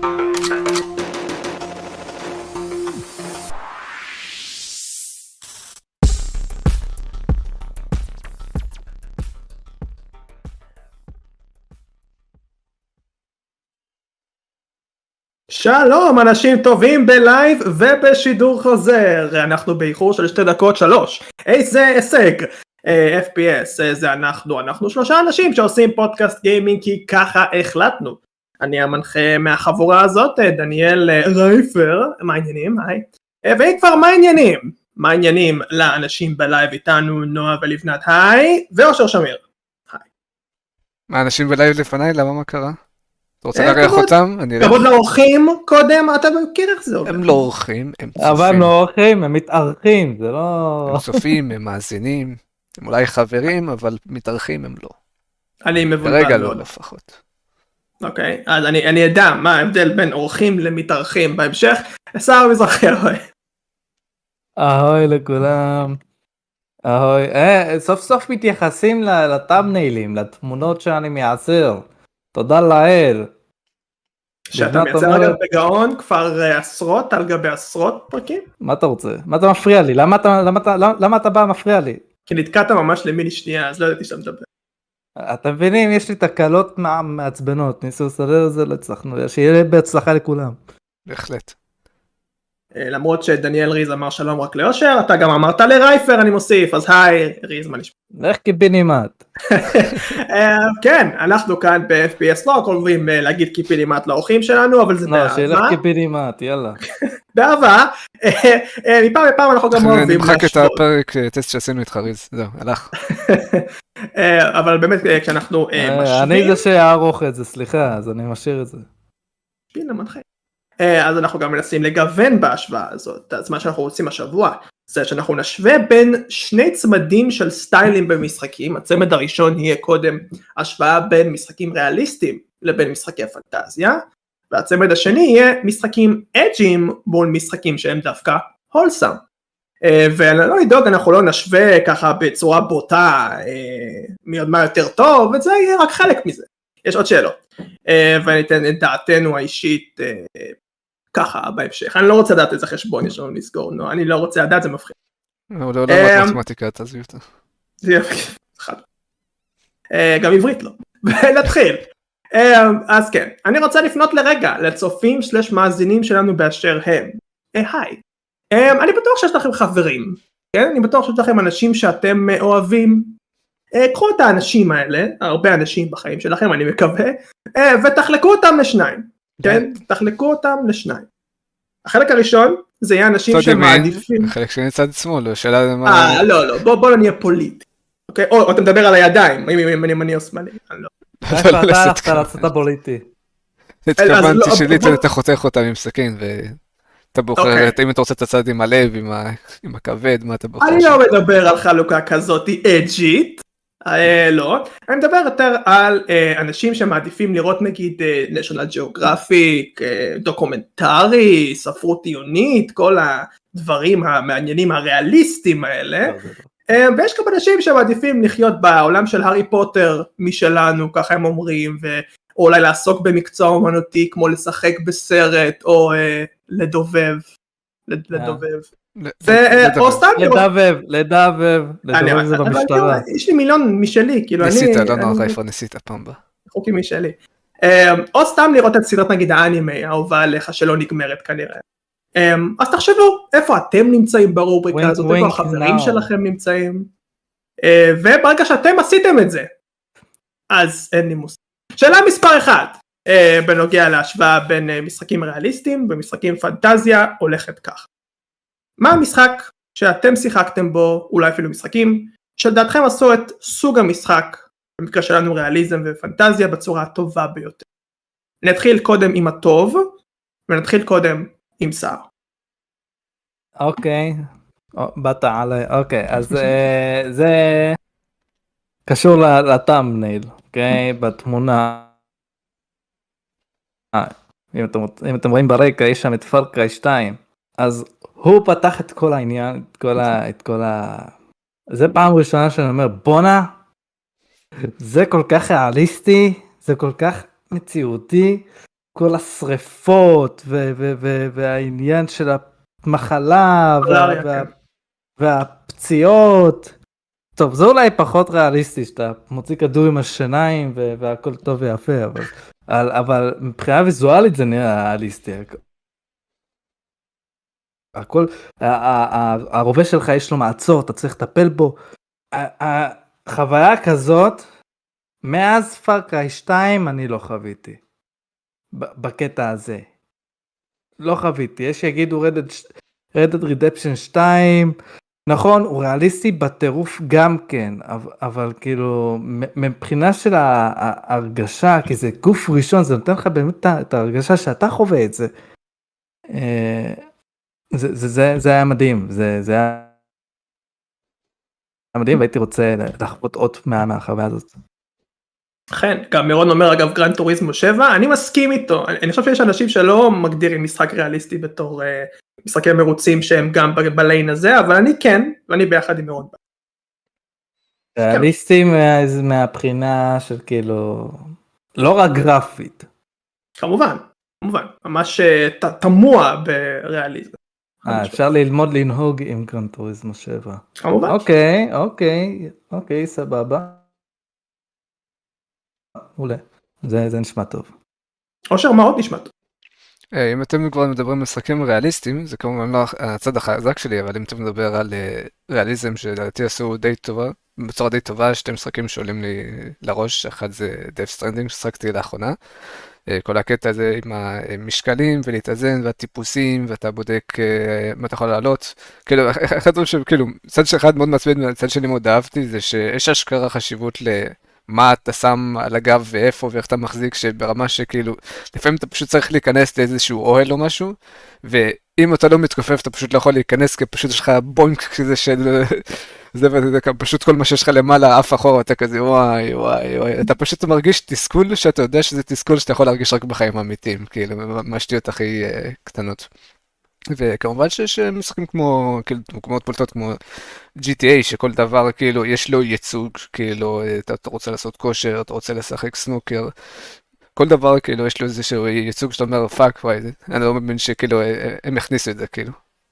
שלום אנשים טובים בלייב ובשידור חוזר, אנחנו באיחור של 2 דקות 3, איזה הישג, FPS זה אנחנו 3 אנשים שעושים פודקאסט גיימינג כי ככה החלטנו. אני המנחה מהחבורה הזאת, דניאל רייפר, מה העניינים? היי. ואם כבר מה העניינים לאנשים בלייב איתנו, נועה ולבנת, היי, ואושר שמיר, היי. מה אנשים בלייב לפניי? למה מה קרה? אתה רוצה להריח אותם? כבוד לאורחים קודם, אתה מכיר איך זה עובד. הם לא אורחים, הם צופים. אבל הם לא אורחים, הם מתארחים, זה לא... הם צופים, הם מאזינים, הם אולי חברים, אבל מתארחים הם לא. אני מבולבל. כרגע לא לפחות. אוקיי, אז אני אדע מה ההבדל בין אורחים למתארחים בהמשך. שר מזרחי, אהוי. אהוי לכולם. אהוי, סוף סוף מתייחסים לטאמניילים, לתמונות שאני מייצר. תודה לאל. שאתה מייצר אגב בגאון כבר עשרות על גבי עשרות פרקים? מה אתה רוצה? מה אתה מפריע לי? למה אתה בא מפריע לי? כי נתקעת ממש למיני שנייה, אז לא ידעתי שאתה מדבר. אתם מבינים, יש לי תקלות מעצבנות, ניסו לסדר את זה, לא הצלחנו, שיהיה בהצלחה לכולם. בהחלט. למרות שדניאל ריז אמר שלום רק לאושר, אתה גם אמרת לרייפר אני מוסיף, אז היי ריז, מה נשמע? לך קיבינימט. כן, אנחנו כאן ב-FPS לא קוראים להגיד קיבינימט לאורחים שלנו, אבל זה באהבה. שילך קיבינימט, יאללה. באהבה, מפעם לפעם אנחנו גם אוהבים להשוות. נמחק את הפרק טסט שעשינו איתך ריז, זהו, הלך. אבל באמת כשאנחנו משווים... אני זה שיערוך את זה, סליחה, אז אני משאיר את זה. הנה, מנחה. אז אנחנו גם מנסים לגוון בהשוואה הזאת, אז מה שאנחנו רוצים השבוע זה שאנחנו נשווה בין שני צמדים של סטיילים במשחקים. הצמד הראשון יהיה קודם השוואה בין משחקים ריאליסטיים לבין משחקי פנטזיה, והצמד השני יהיה משחקים אג'ים מול משחקים שהם דווקא הולסם. ואני לא לדאוג, אנחנו לא נשווה ככה בצורה בוטה מי עוד מה יותר טוב, וזה יהיה רק חלק מזה. יש עוד שאלות, ואני אתן את דעתנו האישית ככה בהמשך. אני לא רוצה לדעת איזה חשבון יש לנו לסגור, נו, אני לא רוצה לדעת, זה מפחיד. הוא לא למד מתמטיקה, תעזבי אותה. זה יפה, חד. גם עברית לא. נתחיל. אז כן, אני רוצה לפנות לרגע לצופים / מאזינים שלנו באשר הם. היי. אני בטוח שיש לכם חברים, כן? אני בטוח שיש לכם אנשים שאתם אוהבים. קחו את האנשים האלה, הרבה אנשים בחיים שלכם, אני מקווה, ותחלקו אותם לשניים, כן? תחלקו אותם לשניים. החלק הראשון, זה יהיה אנשים שמעדיפים... החלק שני צד שמאל, שאלה מה... לא, בוא נהיה פוליטי. אוקיי? או אתה מדבר על הידיים, אם אני מניע שמאלי, אני לא. אתה רצת פוליטי. התכוונתי שלי אתה חותך אותם עם סכין, ואתה בוחר, אם אתה רוצה את הצד עם הלב, עם הכבד, מה אתה בוחר? אני לא מדבר על חלוקה כזאת אג'ית, לא, אני מדבר יותר על אנשים שמעדיפים לראות נגיד national geographic, דוקומנטרי, ספרות עיונית, כל הדברים המעניינים הריאליסטיים האלה, ויש גם אנשים שמעדיפים לחיות בעולם של הארי פוטר משלנו, ככה הם אומרים, או אולי לעסוק במקצוע אומנותי כמו לשחק בסרט או לדובב. או סתם לדבב זה במשטרה. יש לי מיליון משלי, כאילו אני... ניסית, לא נורא איפה ניסית פעם בה. חוקים משלי. או סתם לראות את סדרת נגיד האנימי, האהובה עליך שלא נגמרת כנראה. אז תחשבו, איפה אתם נמצאים ברובריקה הזאת, איפה החברים שלכם נמצאים, וברגע שאתם עשיתם את זה, אז אין לי מושג. שאלה מספר 1, בנוגע להשוואה בין משחקים ריאליסטיים ומשחקים פנטזיה, הולכת כך. מה המשחק שאתם שיחקתם בו, אולי אפילו משחקים, שלדעתכם עשו את סוג המשחק, במקרה שלנו ריאליזם ופנטזיה, בצורה הטובה ביותר? נתחיל קודם עם הטוב, ונתחיל קודם עם סער. אוקיי, באת עליי, אוקיי, אז זה קשור לטאמנייל, אוקיי, בתמונה. אם אתם רואים ברקע, יש שם את פאר-קריי 2, אז הוא פתח את כל העניין, זה פעם ראשונה שאני אומר, בונה, זה כל כך ריאליסטי, זה כל כך מציאותי, כל השריפות והעניין של המחלה והפציעות. טוב, זה אולי פחות ריאליסטי, שאתה מוציא כדור עם השיניים והכל טוב ויפה, אבל מבחינה ויזואלית זה נראה ריאליסטי. הכל, הרובה שלך יש לו מעצור, אתה צריך לטפל בו. החוויה כזאת, מאז פאר קריי 2 אני לא חוויתי. בקטע הזה. לא חוויתי. יש שיגידו Red Dead Redemption 2, נכון, הוא ריאליסטי בטירוף גם כן, אבל כאילו, מבחינה של ההרגשה, כי זה גוף ראשון, זה נותן לך באמת את ההרגשה שאתה חווה את זה. זה היה מדהים, זה היה מדהים, והייתי רוצה לחוות עוד מהחוויה הזאת. אכן, גם מירון אומר אגב גרן טוריזמו 7, אני מסכים איתו, אני חושב שיש אנשים שלא מגדירים משחק ריאליסטי בתור משחקי מרוצים שהם גם בליין הזה, אבל אני כן, ואני ביחד עם מירון. ריאליסטי מהבחינה של כאילו, לא רק גרפית. כמובן, ממש תמוה בריאליזם. אפשר ללמוד לנהוג עם גרן טוריזמו 7. כמובן. אוקיי, סבבה. אולי, זה נשמע טוב. אושר, מה עוד נשמע טוב? אם אתם כבר מדברים על משחקים ריאליסטיים, זה כמובן לא הצד החזק שלי, אבל אם אתם מדבר על ריאליזם שלדעתי עשו די טובה, בצורה די טובה, שתי משחקים שעולים לי לראש, אחד זה Death Stranding ששחקתי לאחרונה, כל הקטע הזה עם המשקלים ולהתאזן והטיפוסים, ואתה בודק מה אתה יכול לעלות, כאילו, אחד הדברים שכאילו, צד שאחד מאוד מעצבן, והצד שלי מאוד אהבתי, זה שיש אשכרה חשיבות מה אתה שם על הגב ואיפה ואיך אתה מחזיק, שברמה שכאילו, לפעמים אתה פשוט צריך להיכנס לאיזשהו אוהל או משהו, ואם אתה לא מתכופף אתה פשוט לא יכול להיכנס, כי פשוט יש לך בונק כזה של, זה פשוט כל מה שיש לך למעלה, אף אחורה, אתה כזה וואי, אתה פשוט מרגיש תסכול, שאתה יודע שזה תסכול שאתה יכול להרגיש רק בחיים האמיתיים, כאילו, מהשטויות הכי קטנות. וכמובן שיש משחקים כמו, כאילו, דוגמאות פולטות כמו GTA, שכל דבר כאילו יש לו ייצוג, כאילו אתה רוצה לעשות כושר, אתה רוצה לשחק סנוקר, כל דבר כאילו יש לו איזשהו ייצוג שאתה אומר פאק וואי, אני לא מבין שכאילו הם הכניסו את זה כאילו.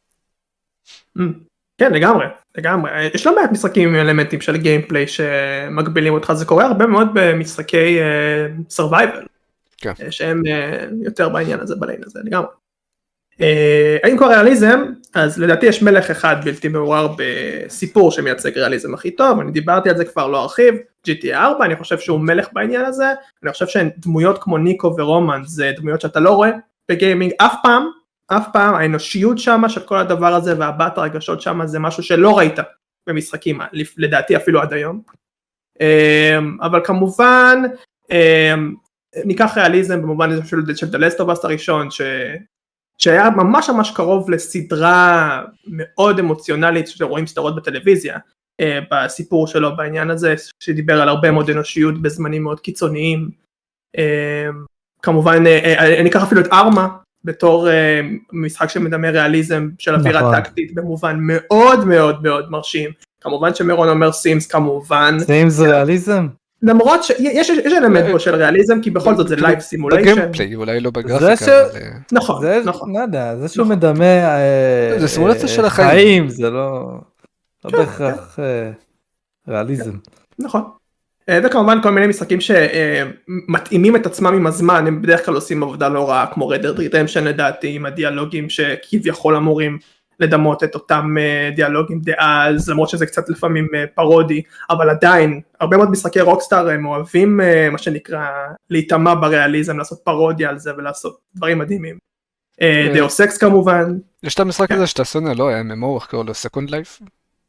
כן, לגמרי. יש לא מעט משחקים עם אלמנטים של גיימפליי שמגבילים אותך, זה קורה הרבה מאוד במשחקי survival, שהם יותר בעניין הזה, בליין הזה, לגמרי. האם כבר ריאליזם, אז לדעתי יש מלך אחד בלתי מעורר בסיפור שמייצג ריאליזם הכי טוב, אני דיברתי על זה כבר לא ארחיב, GTA 4, אני חושב שהוא מלך בעניין הזה, אני חושב שדמויות כמו ניקו ורומן זה דמויות שאתה לא רואה בגיימינג אף פעם, האנושיות שם של כל הדבר הזה והבעת הרגשות שם זה משהו שלא ראית במשחקים, לדעתי אפילו עד היום, אבל כמובן ניקח ריאליזם במובן הזה של The Last of Us הראשון, שהיה ממש קרוב לסדרה מאוד אמוציונלית שרואים סדרות בטלוויזיה, בסיפור שלו בעניין הזה, שדיבר על הרבה מאוד אנושיות בזמנים מאוד קיצוניים. כמובן, אני אקח אפילו את ארמה, בתור משחק שמדמה ריאליזם של אווירה טקטית, במובן מאוד מאוד מאוד מרשים. כמובן שמירון אומר סימס כמובן. סימס ריאליזם? למרות שיש אלמנט פה של ריאליזם, כי בכל זאת זה לייב סימוליישן. בגיימפליי, אולי לא בגרפיקה. נכון. לא יודע, זה שהוא מדמה זה סימולציה של החיים. חיים, זה לא בהכרח ריאליזם. נכון. זה כמובן כל מיני משחקים שמתאימים את עצמם עם הזמן, הם בדרך כלל עושים עבודה לא רעה, כמו Red Dead Redemption לדעתי, עם הדיאלוגים שכביכול אמורים לדמות את אותם דיאלוגים דאז, למרות שזה קצת לפעמים פרודי, אבל עדיין, הרבה מאוד משחקי רוקסטאר הם אוהבים מה שנקרא להיטמע בריאליזם, לעשות פרודיה על זה ולעשות דברים מדהימים. Deus Ex כמובן. יש את המשחק הזה שאתה שונא, לא? MMO, איך קורא לו? Second Life?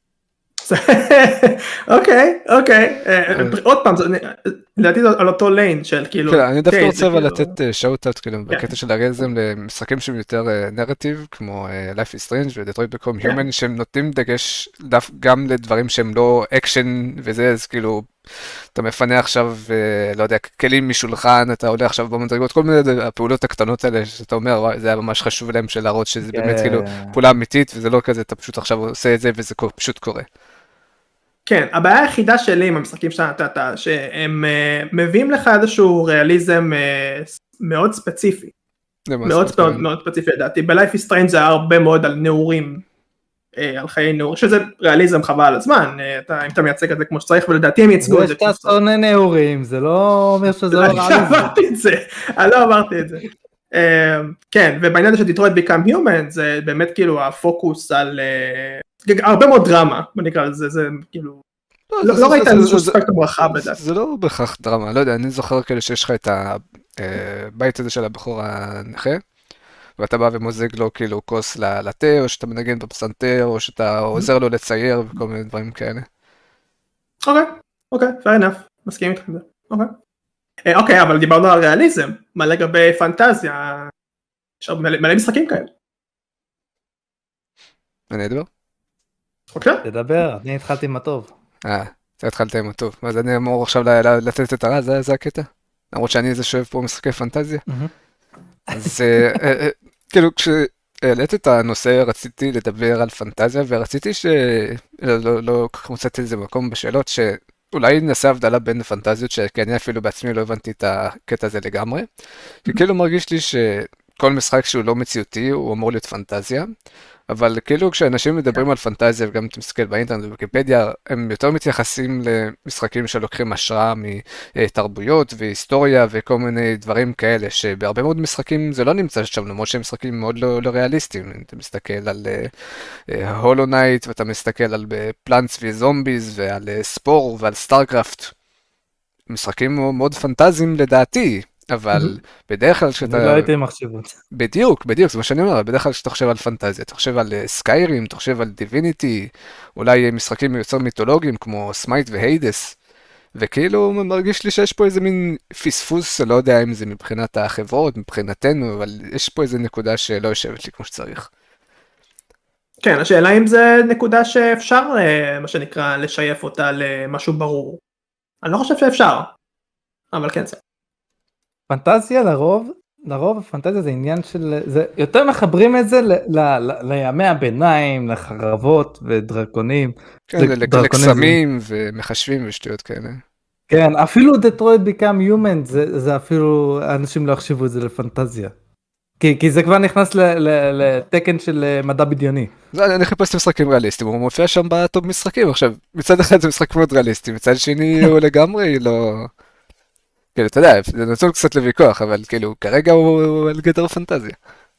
אוקיי, עוד פעם, לדעתי זה על אותו ליין של כאילו... אני דווקא רוצה אבל לתת שאוט-אוט כאילו בקטע של הריאליזם למשחקים שהם יותר נרטיב, כמו Life is Strange ו-Detroit Become Human, שהם נותנים דגש גם לדברים שהם לא אקשן וזה, אז כאילו אתה מפנה עכשיו, לא יודע, כלים משולחן, אתה עולה עכשיו במדרגות, כל מיני הפעולות הקטנות האלה שאתה אומר, זה היה ממש חשוב להם של להראות שזה באמת כאילו פעולה אמיתית, וזה לא כזה, אתה פשוט עכשיו עושה את זה וזה פשוט קורה. כן, הבעיה היחידה שלי עם המשחקים שנתת, שהם מביאים לך איזשהו ריאליזם מאוד ספציפי. למה מאוד אתה מתכוון? מאוד ספציפי לדעתי. ב-Life is Strange זה היה הרבה מאוד על נעורים, על חיי נעור, שזה ריאליזם חבל על הזמן, אם אתה מייצג את זה כמו שצריך, ולדעתי הם ייצגו את זה זה שאתה שונא נעורים, זה לא אומר שזה לא ריאליזם. אמרתי את זה, אני לא אמרתי את זה. כן, ובעניין הזה של Detroit Become Human, זה באמת כאילו הפוקוס על הרבה מאוד דרמה, בוא נקרא לזה, זה כאילו, לא ראית איזשהו ספקטרום רחב לדעתי. זה לא בהכרח דרמה, לא יודע, אני זוכר כאילו שיש לך את הבית הזה של הבחור הנכה, ואתה בא ומוזג לו כאילו כוס לתה, או שאתה מנגן בפסנתר, או שאתה עוזר לו לצייר וכל מיני דברים כאלה. אוקיי, fair enough, מסכים איתך עם זה, אוקיי, אבל דיברנו על ריאליזם, מה לגבי פנטזיה, יש מלא משחקים כאלה. אני אדבר? אוקיי? תדבר, אני התחלתי עם הטוב. אתה התחלת עם הטוב, אז אני אמור עכשיו לתת את הרע, זה הקטע? למרות שאני זה שואב פה משחקי פנטזיה. אז כאילו כשהעלית את הנושא רציתי לדבר על פנטזיה ורציתי לא כל כך מוצאתי איזה מקום בשאלות שאולי נעשה הבדלה בין פנטזיות כי אני אפילו בעצמי לא הבנתי את הקטע הזה לגמרי. כי כאילו מרגיש לי שכל משחק שהוא לא מציאותי הוא אמור להיות פנטזיה. אבל כאילו כשאנשים מדברים על פנטזיה וגם אתה מסתכל באינטרנט ובוויקיפדיה, הם יותר מתייחסים למשחקים שלוקחים השראה מתרבויות והיסטוריה וכל מיני דברים כאלה, שבהרבה מאוד משחקים זה לא נמצא שם, למרות שהם משחקים מאוד לא ריאליסטיים. אתה מסתכל על הולו נייט ואתה מסתכל על פלנטס וזומביז ועל ספור ועל סטארקראפט. משחקים מאוד פנטזיים לדעתי. אבל בדרך כלל כשאתה... אני לא הייתי מחשיבות. בדיוק, זה מה שאני אומר, בדרך כלל כשאתה חושב על פנטזיה, אתה חושב על סקיירים, אתה חושב על דיביניטי, אולי משחקים יותר מיתולוגיים כמו סמייט והיידס, וכאילו מרגיש לי שיש פה איזה מין פספוס, לא יודע אם זה מבחינת החברות, מבחינתנו, אבל יש פה איזה נקודה שלא יושבת לי כמו שצריך. כן, השאלה אם זה נקודה שאפשר, מה שנקרא, לשייף אותה למשהו ברור. אני לא חושב שאפשר, אבל כן זה. פנטזיה לרוב פנטזיה זה עניין של, זה יותר מחברים את זה לימי הביניים, לחרבות ודרקונים. כן, לקסמים ומחשבים ושטויות כאלה. כן, אפילו Detroit Become Human, זה אפילו, אנשים לא יחשיבו את זה לפנטזיה. כי זה כבר נכנס לתקן של מדע בדיוני. אני חיפשתי משחקים ריאליסטיים, הוא מופיע שם בטופ משחקים. עכשיו, מצד אחד זה משחק מאוד ריאליסטי, מצד שני הוא לגמרי לא... כאילו, אתה יודע, זה נצול קצת לוויכוח, אבל כאילו, כרגע הוא על גדר פנטזיה.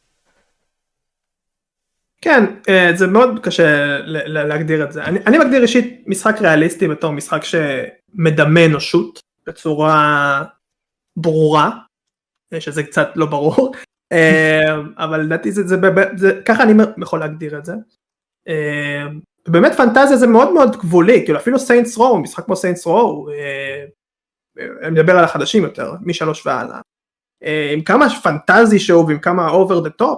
כן, זה מאוד קשה להגדיר את זה. אני מגדיר אישית משחק ריאליסטי בתור משחק שמדמה אנושות בצורה ברורה, שזה קצת לא ברור, אבל לדעתי ככה אני יכול להגדיר את זה. באמת פנטזיה זה מאוד מאוד גבולי, כאילו אפילו סיינטס רו, משחק כמו סיינטס רו, אני מדבר על החדשים יותר, מ3 והלאה, עם כמה פנטזי שואו ועם כמה over the top,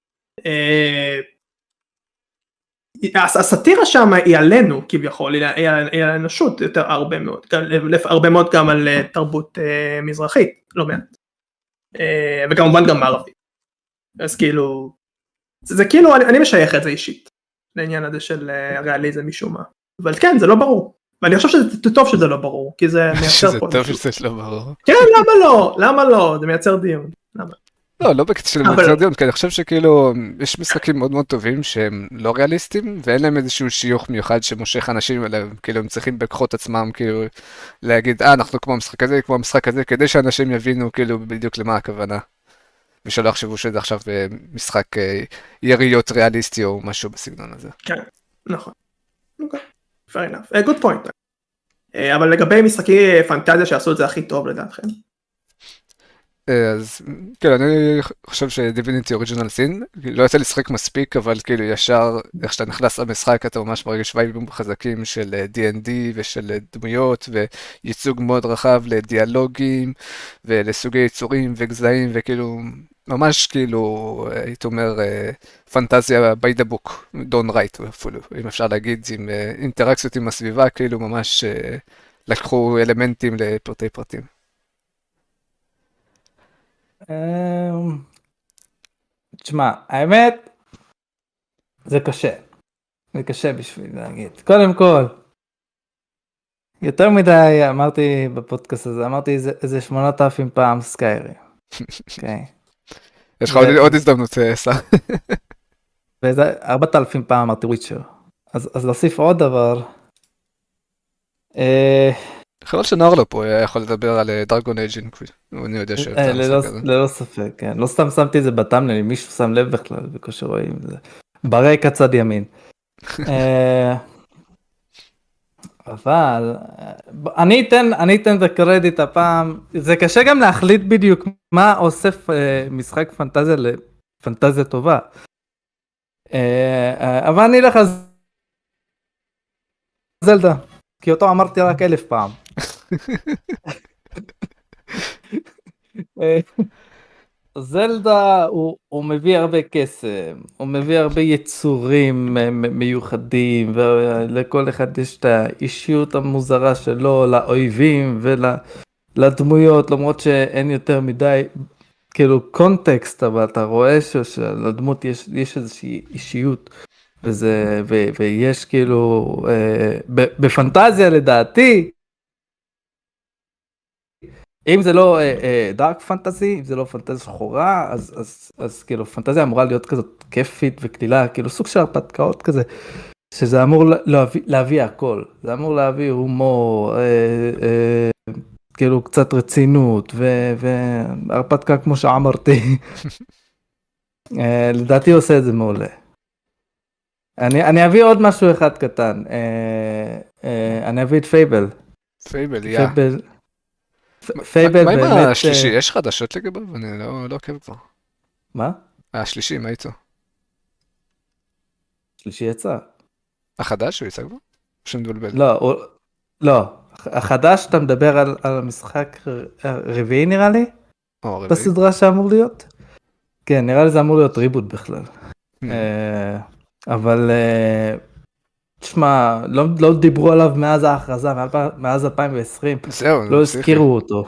הסאטירה שם היא עלינו כביכול, היא על האנושות יותר הרבה מאוד גם על תרבות מזרחית, לא מעט, וכמובן גם מערבית, אז כאילו, זה כאילו, אני משייך את זה אישית, לעניין הזה של ריאליזם משום מה, אבל כן, זה לא ברור. ואני חושב שזה טוב שזה לא ברור, כי זה מייצר פה... שזה טוב שזה לא ברור. כן, למה לא? זה מייצר דיון. למה? לא בקטע של מייצר דיון, כי אני חושב שכאילו, יש משחקים מאוד מאוד טובים שהם לא ריאליסטיים, ואין להם איזשהו שיוך מיוחד שמושך אנשים אליהם, כאילו הם צריכים בכוחות עצמם, כאילו, להגיד, אנחנו כמו המשחק הזה, כדי שאנשים יבינו כאילו בדיוק למה הכוונה. ושלא יחשבו שזה עכשיו משחק יריות ריאליסטי או משהו בסגנון הזה. כן, נכון. אוקיי. fair enough, good point. אבל לגבי משחקי פנטזיה שעשו את זה הכי טוב לדעתכם? אז כן, אני חושב שדיביניטי אוריג'ינל סין, לא יצא לשחק מספיק, אבל כאילו ישר, איך שאתה נכנס למשחק, אתה ממש מרגיש וייבים חזקים של D&D ושל דמויות, וייצוג מאוד רחב לדיאלוגים, ולסוגי יצורים וגזעים, וכאילו, ממש כאילו, הייתי אומר, פנטזיה by the book, done right אפילו, אם אפשר להגיד, עם אינטראקציות עם הסביבה, כאילו ממש לקחו אלמנטים לפרטי פרטים. תשמע, האמת, זה קשה בשביל להגיד. קודם כל, יותר מדי אמרתי בפודקאסט הזה, אמרתי איזה 8,000 פעם סקיירים. אוקיי. יש לך עוד הזדמנות, שר. וזה 4,000 פעם אמרתי וויצ'ר. אז להוסיף עוד דבר. חבל שנארלו פה היה יכול לדבר על דרגון אייג'ין, אני יודע שאוהב את המשחק הזה. ללא ספק, כן. לא סתם שמתי את זה בטאמנל, אם מישהו שם לב בכלל, בקושי רואים את זה. ברקע צד ימין. אבל אני אתן את הקרדיט הפעם, זה קשה גם להחליט בדיוק מה אוסף משחק פנטזיה לפנטזיה טובה. אבל אני אלך על זלדה, כי אותו אמרתי רק 1,000 פעם. זלדה הוא מביא הרבה קסם, הוא מביא הרבה יצורים מיוחדים, ולכל אחד יש את האישיות המוזרה שלו, לאויבים ולדמויות, למרות שאין יותר מדי כאילו קונטקסט, אבל אתה רואה שלדמות יש איזושהי אישיות, ויש כאילו בפנטזיה לדעתי, אם זה לא דארק פנטזי, אם זה לא פנטזיה שחורה, אז כאילו פנטזיה אמורה להיות כזאת כיפית וכלילה, כאילו סוג של הרפתקאות כזה, שזה אמור להביא הכל, זה אמור להביא הומור, כאילו קצת רצינות, והרפתקה כמו שאמרתי, לדעתי עושה את זה מעולה. אני אביא עוד משהו אחד קטן, אני אביא את פייבל. פייבל, פייבל מה עם באמת... השלישי? יש חדשות לגביו? אני לא עוקב כבר. מה? השלישי, מה איתו? שלישי יצא. החדש הוא יצא כבר? שמדולבל. לא. החדש אתה מדבר על המשחק רביעי נראה לי? בסדרה שאמור להיות? כן, נראה לי זה אמור להיות ריבוט בכלל. אבל... תשמע, לא דיברו עליו מאז ההכרזה, מאז 2020, לא הזכירו אותו.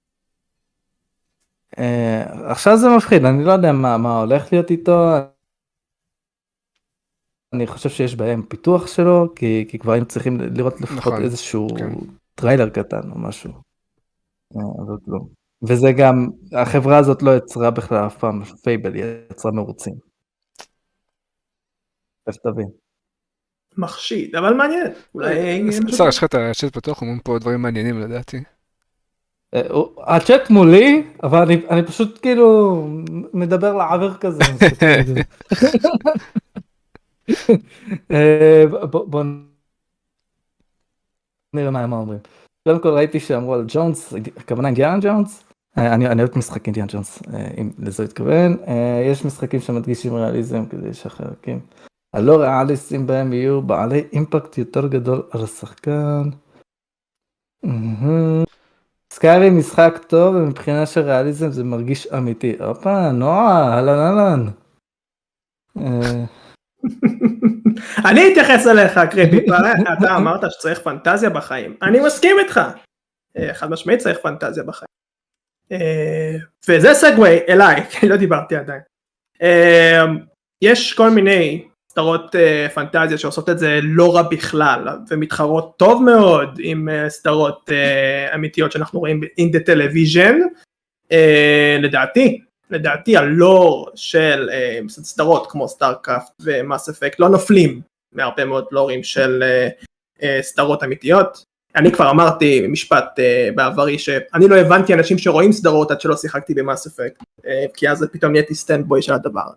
עכשיו זה מפחיד, אני לא יודע מה הולך להיות איתו, אני חושב שיש בהם פיתוח שלו, כי כבר הם צריכים לראות לפחות איזשהו טריילר קטן או משהו. וזה גם, החברה הזאת לא יצרה בכלל אף פעם, פייבל יצרה מרוצים. איך תבין? מחשיד, אבל מעניין. שר, יש לך את הצ'אט פתוח, אומרים פה דברים מעניינים לדעתי. הצ'אט מולי, אבל אני פשוט כאילו מדבר לעבר כזה. בוא נראה מה הם אומרים. קודם כל ראיתי שאמרו על ג'ונס, הכוונה אינדיאנה ג'ונס, אני אוהב משחק אינדיאנה ג'ונס, אם לזה התכוון, יש משחקים שמדגישים ריאליזם כדי שחרקים. הלא ריאליסטים בהם יהיו בעלי אימפקט יותר גדול על השחקן. סקיירים משחק טוב, ומבחינה של ריאליזם זה מרגיש אמיתי. אופה, נועה, אהלן. אני אתייחס אליך, קריפי, אתה אמרת שצריך פנטזיה בחיים. אני מסכים איתך. חד משמעית צריך פנטזיה בחיים. וזה סגווי אליי, כי לא דיברתי עדיין. יש כל מיני סדרות פנטזיה שעושות את זה לא רע בכלל, ומתחרות טוב מאוד עם סדרות אמיתיות שאנחנו רואים in the television. לדעתי הלור של סדרות כמו סטארקראפט ומאס אפקט לא נופלים מהרבה מאוד לורים של סדרות אמיתיות. אני כבר אמרתי משפט בעברי שאני לא הבנתי אנשים שרואים סדרות עד שלא שיחקתי במאס אפקט, כי אז פתאום נהייתי סטנדבוי של הדבר.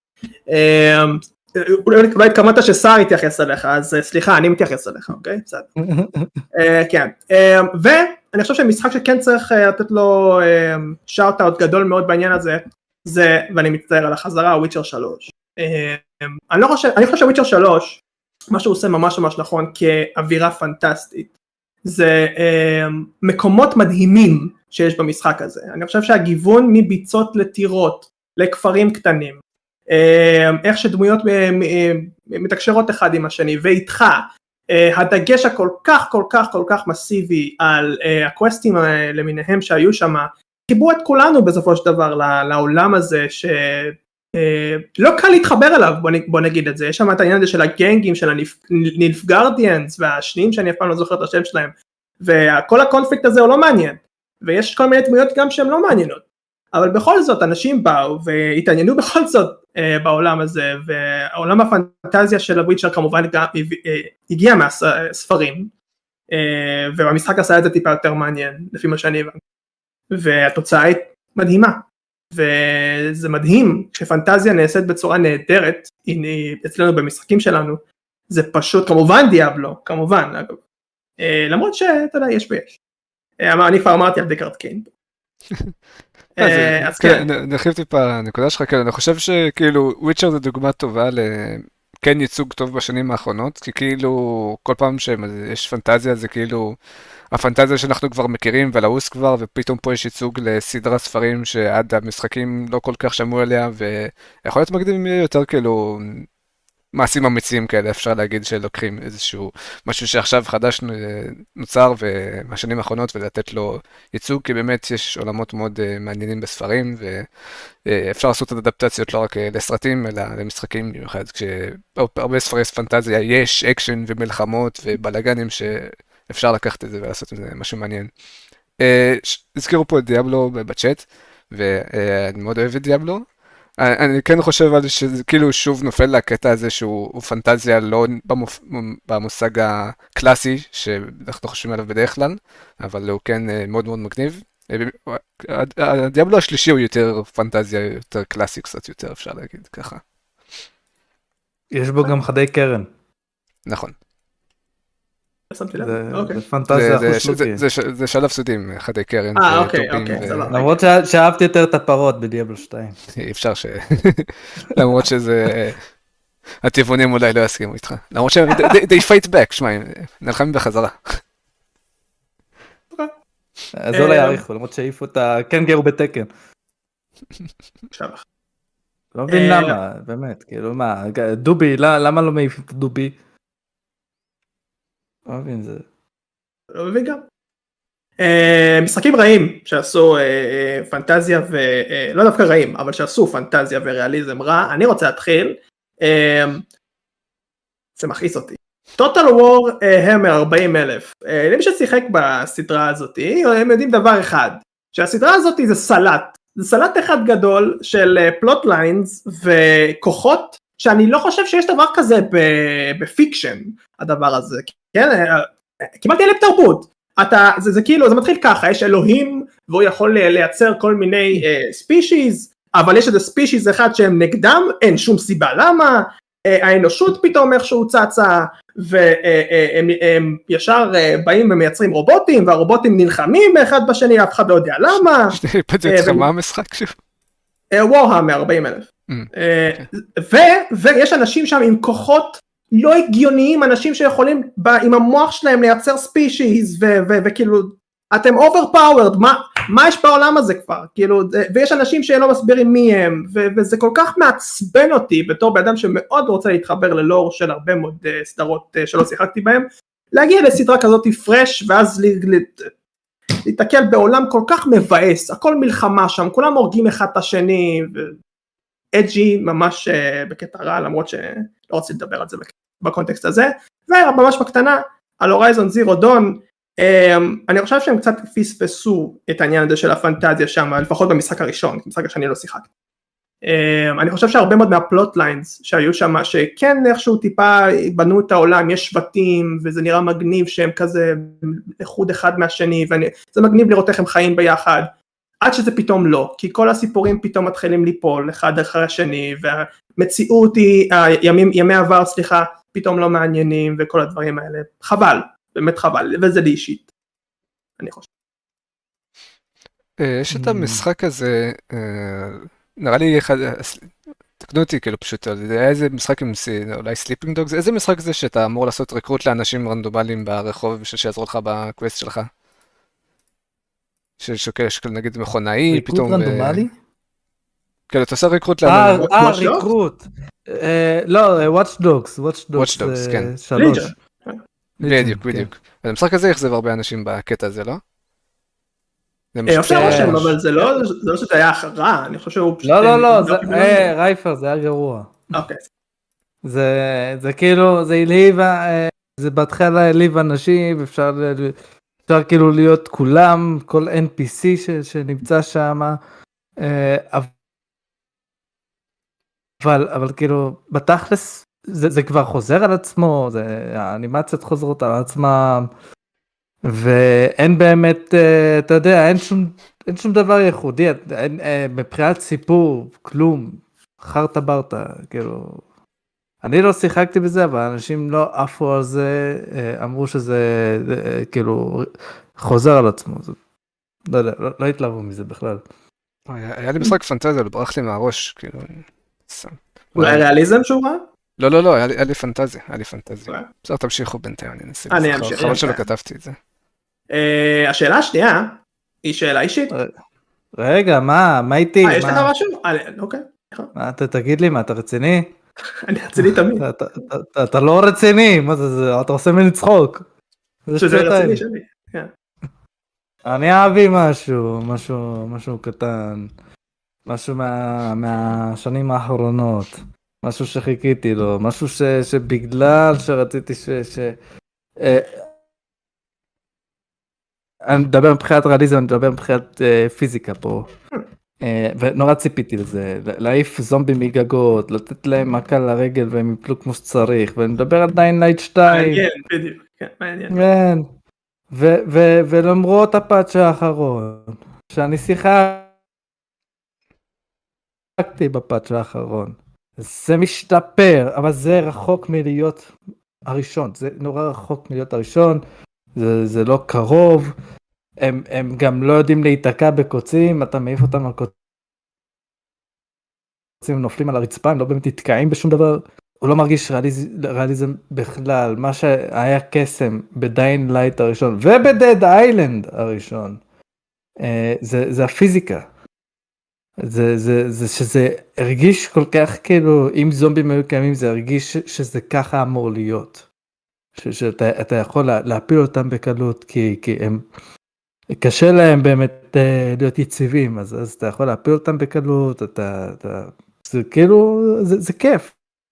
אולי התכוונת ששר יתייחס אליך, אז סליחה, אני מתייחס אליך, אוקיי? בסדר. כן, ואני חושב שמשחק שכן צריך לתת לו שאוט-אוט גדול מאוד בעניין הזה, זה, ואני מצטער על החזרה, וויצ'ר 3. אני חושב שוויצ'ר 3, מה שהוא עושה ממש ממש נכון כאווירה פנטסטית, זה מקומות מדהימים שיש במשחק הזה. אני חושב שהגיוון מביצות לטירות, לכפרים קטנים, איך שדמויות מתקשרות אחד עם השני ואיתך, הדגש הכל כך מסיבי על הקווסטים למיניהם שהיו שם, חיברו את כולנו בסופו של דבר לעולם הזה שלא קל להתחבר אליו, בוא נגיד את זה. יש שם את העניין הזה של הגנגים, של הנילפגרדיאנס והשניים שאני אף פעם לא זוכר את השם שלהם, וכל הקונפליקט הזה הוא לא מעניין, ויש כל מיני דמויות גם שהן לא מעניינות, אבל בכל זאת אנשים באו והתעניינו בכל זאת בעולם הזה, והעולם הפנטזיה של הוויצ'ר כמובן הגיע מהספרים, והמשחק עשה את זה טיפה יותר מעניין לפי מה שאני הבנתי, והתוצאה היא מדהימה, וזה מדהים שפנטזיה נעשית בצורה נהדרת, הנה אצלנו במשחקים שלנו, זה פשוט כמובן דיאבלו, כמובן אגב, למרות שאתה יודע יש ויש, אני כבר אמרתי על דקארד קיין. אז כן, נרחיב טיפה נקודה שלך, אני חושב שכאילו וויצ'ר זה דוגמה טובה לכן ייצוג טוב בשנים האחרונות, כי כאילו כל פעם שיש פנטזיה זה כאילו הפנטזיה שאנחנו כבר מכירים ולעוס כבר, ופתאום פה יש ייצוג לסדרה ספרים שעד המשחקים לא כל כך שמעו עליה, ויכול להיות מקדים יותר כאילו מעשים אמיצים כאלה, אפשר להגיד שלוקחים איזשהו משהו שעכשיו חדש נוצר מהשנים האחרונות ולתת לו ייצוג, כי באמת יש עולמות מאוד מעניינים בספרים, ואפשר לעשות את אדפטציות לא רק לסרטים אלא למשחקים, במיוחד כשהרבה ספרי פנטזיה יש אקשן ומלחמות ובלגנים שאפשר לקחת את זה ולעשות את זה משהו מעניין. הזכירו פה את דיאבלו בצ'אט, ואני מאוד אוהב את דיאבלו. אני כן חושב על שזה כאילו שוב נופל לקטע הזה שהוא פנטזיה לא במושג הקלאסי שאנחנו חושבים עליו בדרך כלל, אבל הוא כן מאוד מאוד מגניב. הדיאבלו השלישי הוא יותר פנטזיה, יותר קלאסי קצת יותר, אפשר להגיד ככה. יש בו גם חדי קרן. נכון. זה פנטזיה אחושלוקי. זה שלב סודים, חדי קרן. אוקיי. למרות שאהבתי יותר את הפרות בדיאבלו 2. אי אפשר למרות שזה... הטבעונים אולי לא יסכימו איתך. למרות שהם... they fight back, שמע, נלחמים בחזרה. אז אולי יעריכו, למרות שהעיפו את הקנגרו בתקן. לא מבין למה, באמת, כאילו מה, דובי, למה לא מעיפים את דובי? לא מבין זה. לא מבין גם. משחקים רעים שעשו פנטזיה לא דווקא רעים, אבל שעשו פנטזיה וריאליזם רע, אני רוצה להתחיל, זה מכעיס אותי. Total War Hammer 40,000, למי ששיחק בסדרה הזאת, הם יודעים דבר אחד, שהסדרה הזאת זה סלט, זה סלט אחד גדול של פלוט ליינס וכוחות, שאני לא חושב שיש דבר כזה בפיקשן, הדבר הזה, כן? קיבלתי אלף תרבות, זה כאילו, זה מתחיל ככה, יש אלוהים, והוא יכול לייצר כל מיני ספישיז, אבל יש איזה ספישיז אחד שהם נגדם, אין שום סיבה למה, האנושות פתאום איכשהו צצה, והם ישר באים ומייצרים רובוטים, והרובוטים נלחמים אחד בשני, אף אחד לא יודע למה. מה המשחק שוב? וורהמר 40,000. ויש אנשים שם עם כוחות לא הגיוניים, אנשים שיכולים עם המוח שלהם לייצר ספישיז, וכאילו, אתם overpowered, מה יש בעולם הזה כבר? כאילו, ויש אנשים שלא מסבירים מי הם, וזה כל כך מעצבן אותי, בתור באדם שמאוד רוצה להתחבר ללור של הרבה מאוד סדרות שלא שיחקתי בהם, להגיע לסדרה כזאת פרש, ואז להתקל בעולם כל כך מבאס, הכל מלחמה שם, כולם הורגים אחד את השני, אג'י ממש בקטע רע, למרות שלא רוצה לדבר על זה בקונטקסט הזה, וממש בקטנה, על הורייזון זירו דון, אני חושב שהם קצת פספסו את העניין הזה של הפנטזיה שם, לפחות במשחק הראשון, במשחק השני לא שיחקתי. אני חושב שהרבה מאוד מהפלוט ליינס שהיו שם, שכן איכשהו טיפה בנו את העולם, יש שבטים, וזה נראה מגניב שהם כזה איחוד אחד מהשני, וזה מגניב לראות איך הם חיים ביחד, עד שזה פתאום לא, כי כל הסיפורים פתאום מתחילים ליפול אחד אחרי השני, והמציאות היא, ימי עבר סליחה, פתאום לא מעניינים, וכל הדברים האלה, חבל, באמת חבל, וזה לי אישית, אני חושב. יש את המשחק הזה, נראה לי אחד, תקנו אותי כאילו פשוט, איזה משחק עם אולי סליפינג דוגס, איזה משחק זה שאתה אמור לעשות רקרוט לאנשים רנדומליים ברחוב, שיעזרו לך בקווסט שלך? ששוקל נגיד מכונאי, פתאום... רקרוט רנדומלי? כן, אתה עושה רקרוט רקרוט. לא, Watch Dogs, כן. 3. בדיוק. המשחק הזה יחזב הרבה אנשים בקטע הזה, לא? אפשר רושם, אבל זה לא שזה היה רע, אני חושב שהוא פשוט... לא, רייפר, זה היה גרוע. אוקיי. זה כאילו, זה הלהיב, זה בהתחלה הלהיב אנשים, אפשר כאילו להיות כולם, כל NPC שנמצא שם, אבל כאילו בתכלס זה כבר חוזר על עצמו, האנימציות חוזרות על עצמם, ואין באמת, אתה יודע, אין שום דבר ייחודי, מבחינת סיפור, כלום, חרטה ברטה, כאילו, אני לא שיחקתי בזה, אבל אנשים לא עפו על זה, אמרו שזה כאילו חוזר על עצמו, לא יודע, לא התלהבו מזה בכלל. היה לי משחק פנטזיה, הוא ברח לי מהראש, כאילו... אולי ריאליזם שהוא ראה? לא, היה לי פנטזיה, בסדר, תמשיכו בינתיים, אני אנסה לזכור, חבל שלא כתבתי את זה. השאלה השנייה, היא שאלה אישית. רגע, מה איתי? יש לך משהו? אוקיי. אתה תגיד לי, מה, אתה רציני? אני רציני תמיד. אתה לא רציני, מה זה, אתה עושה ממני צחוק. שזה רציני שלי, כן. אני אהבי משהו קטן, משהו מהשנים האחרונות, משהו שחיכיתי לו, משהו שבגלל שרציתי אני מדבר מבחינת ריאליזם, אני מדבר מבחינת פיזיקה פה, ונורא ציפיתי לזה, להעיף זומבים מגגות, לתת להם מכה לרגל והם יפלו כמו שצריך, ואני מדבר על דיין לייט 2. מעניין, בדיוק, כן, מעניין. כן. ולמרות הפאץ' האחרון, שאני שיחקתי בפאץ' האחרון, זה משתפר, אבל זה רחוק מלהיות הראשון, זה נורא רחוק מלהיות הראשון, זה לא קרוב, הם גם לא יודעים להיתקע בקוצים, אתה מעיף אותם על קוצים, נופלים על הרצפה, הם לא באמת נתקעים בשום דבר, הוא לא מרגיש ריאליזם בכלל, מה שהיה קסם בדיין לייט הראשון, ובדד איילנד הראשון, זה הפיזיקה, זה שזה הרגיש כל כך כאילו, אם זומבים היו קיימים, זה הרגיש שזה ככה אמור להיות, שאתה יכול להפיל אותם בקלות, כי הם, קשה להם באמת להיות יציבים, אז אתה יכול להפיל אותם בקלות, זה כאילו, זה כיף.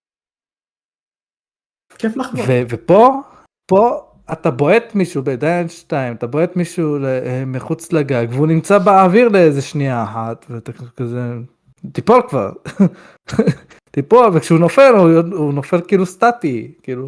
כיף לחבור. ופה אתה בועט מישהו בדיין 2, אתה בועט מישהו מחוץ לגג, והוא נמצא באוויר לאיזה שנייה אחת, ואתה כזה, תיפול כבר. תיפול, וכשהוא נופל, הוא נופל כאילו סטטי, כאילו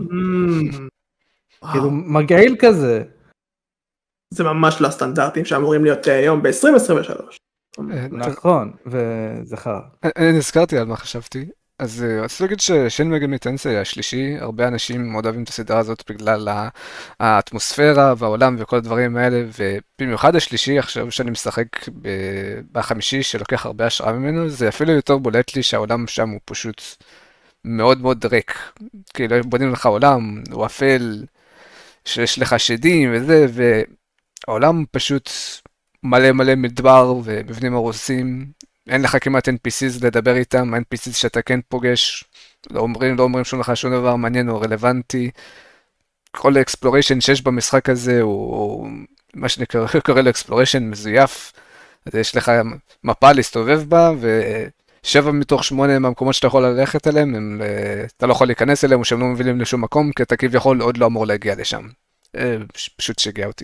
מגעיל כזה. זה ממש לא הסטנדרטים שאמורים להיות היום ב-2023. נכון, וזה חר. אני נזכרתי על מה חשבתי. אז רציתי להגיד ששיין מגמי טנסי השלישי, הרבה אנשים מאוד אוהבים את הסדרה הזאת בגלל האטמוספירה והעולם וכל הדברים האלה, ובמיוחד השלישי, עכשיו שאני משחק בחמישי שלוקח הרבה השראה ממנו, זה אפילו יותר בולט לי שהעולם שם הוא פשוט מאוד מאוד ריק. כאילו בונים לך עולם, הוא אפל, שיש לך שדים וזה, והעולם פשוט מלא מלא מדבר ומבנים הרוסים, אין לך כמעט NPCs לדבר איתם, NPCs שאתה כן פוגש, לא אומרים שום דבר מעניין או רלוונטי. כל האקספלוריישן שיש במשחק הזה הוא מה שנקרא לאקספלוריישן מזויף, אז יש לך מפה להסתובב בה, ו7 מתוך 8 מהמקומות שאתה יכול ללכת אליהם, אתה לא יכול להיכנס אליהם, או שהם לא מובילים לשום מקום, כי אתה כביכול עוד לא אמור להגיע לשם. פשוט שגע אותי.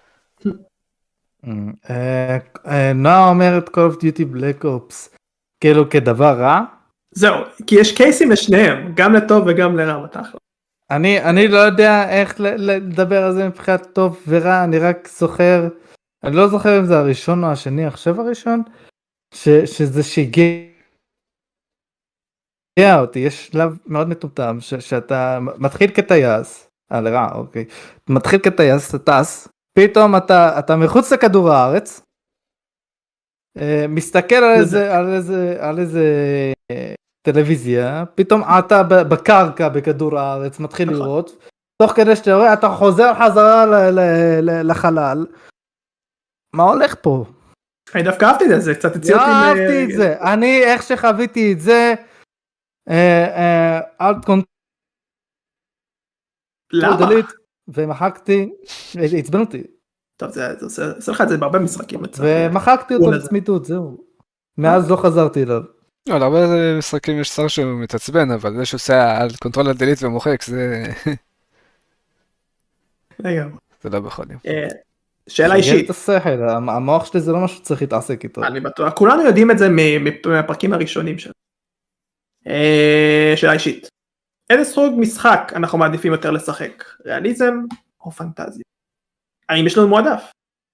נועה אומרת Call of Duty Black Ops כאילו כדבר רע. זהו, כי יש קייסים לשניהם, גם לטוב וגם לרע בתכל'ס. אני לא יודע איך לדבר על זה מבחינת טוב ורע, אני רק זוכר, אני לא זוכר אם זה הראשון או השני, עכשיו הראשון, שזה שיגע אותי, יש שלב מאוד מטומטם, שאתה מתחיל כטייס, לרע, אוקיי, מתחיל כטייס, אתה טס, פתאום אתה מחוץ לכדור הארץ, מסתכל על איזה טלוויזיה, פתאום אתה בקרקע בכדור הארץ, מתחיל לראות, תוך כדי שאתה רואה, אתה חוזר חזרה לחלל, מה הולך פה? אני דווקא אהבתי את זה, זה קצת הציע אותי. אהבתי את זה, אני איך שחוויתי את זה, אלט קונטרול דליט, ומחקתי, עצבן אותי. טוב, זה עושה לך את זה בהרבה משחקים. ומחקתי אותו לצמיתות, זהו. מאז לא חזרתי אליו. לא, להרבה משחקים יש שר שהוא מתעצבן, אבל זה שעושה על קונטרול על דליט ומוחק, זה... לגמרי. זה לא בכל יום. שאלה שגר אישית. את השכל, המוח שלי זה לא משהו שצריך להתעסק איתו. אני בטוח, כולנו יודעים את זה מהפרקים הראשונים שלנו. שאלה אישית. איזה סוג משחק אנחנו מעדיפים יותר לשחק? ריאליזם או פנטזיה? האם יש לנו מועדף?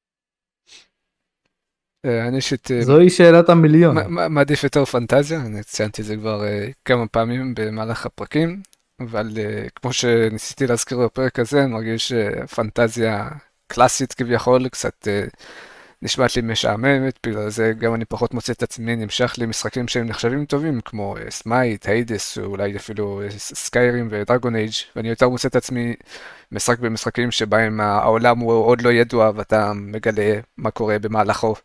אני אישית זוהי שאלת המיליון. מעדיף יותר פנטזיה, אני ציינתי את זה כבר כמה פעמים במהלך הפרקים, אבל כמו שניסיתי להזכיר בפרק הזה, אני מרגיש פנטזיה קלאסית כביכול, קצת נשמעת לי משעממת, בגלל זה גם אני פחות מוצא את עצמי נמשך למשחקים שהם נחשבים טובים, כמו סמייט, היידס, או אולי אפילו סקיירים ודרגון אייג', ואני יותר מוצא את עצמי משחק במשחקים שבהם העולם הוא עוד לא ידוע, ואתה מגלה מה קורה במהלכו.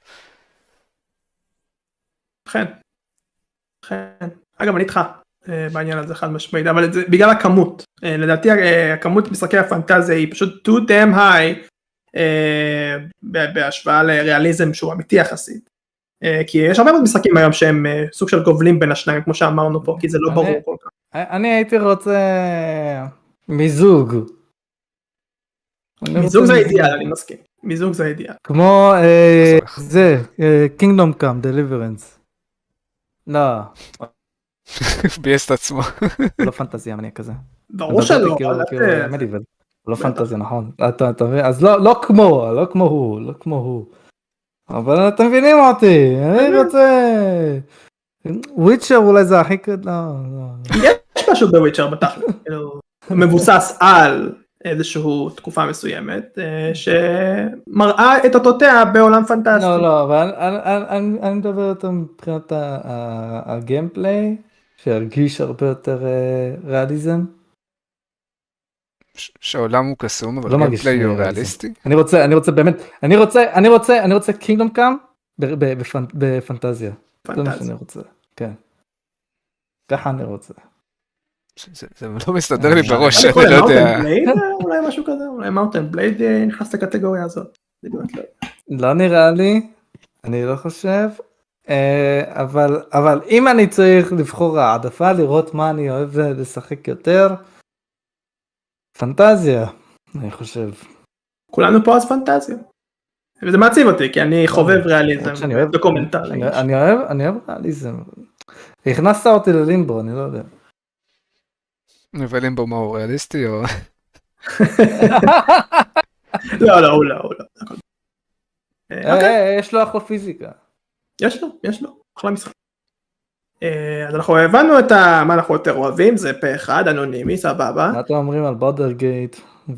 כן. אגב, אני איתך בעניין הזה חד משמעית, אבל זה בגלל הכמות. לדעתי הכמות משחקי הפנטזיה היא פשוט too damn high, בהשוואה לריאליזם שהוא אמיתי יחסית. כי יש הרבה מאוד משחקים היום שהם סוג של גובלים בין השניים, כמו שאמרנו פה, כי זה לא ברור כל כך. אני הייתי רוצה מיזוג. מיזוג זה אידיאל, אני מסכים. מיזוג זה אידיאל. כמו זה, Kingdom Come, Deliverance. לא, בייס את עצמו. לא פנטזיה, אני כזה. ברור שלא. לא פנטזיה, נכון. אתה מבין? אז לא כמו הוא. אבל אתם מבינים אותי, אני רוצה... וויצ'ר אולי זה הכי לא. יש משהו בוויצ'ר בתכל'ס, מבוסס על איזשהו תקופה מסוימת, שמראה את אותותיה בעולם פנטסטי. לא, אבל אני מדבר יותר מבחינת הגיימפליי, שהרגיש הרבה יותר ריאליזם. שהעולם הוא קסום, אבל לא מרגיש גיימפליי הוא ריאליסטי. אני רוצה באמת, אני רוצה קינגדום קאם בפנטזיה. זה מה שאני רוצה, כן. ככה אני רוצה. זה לא מסתדר לי בראש, אני לא יודע. אולי משהו כזה, אולי מאונטן בלייד נכנס לקטגוריה הזאת. לא נראה לי, אני לא חושב, אבל אם אני צריך לבחור העדפה, לראות מה אני אוהב לשחק יותר, פנטזיה, אני חושב. כולנו פה אז פנטזיה. וזה מעציב אותי, כי אני חובב ריאליזם, דוקומנטרי. אני אוהב ריאליזם. הכנסת אותי ללימבו, אני לא יודע. ולימבו מה הוא ריאליסטי או... לא. יש לו אחלה פיזיקה. יש לו, אחלה משחק. אז אנחנו הבנו את מה אנחנו יותר אוהבים, זה פה אחד, אנונימי, סבבה. מה אתם אומרים על בודרגייט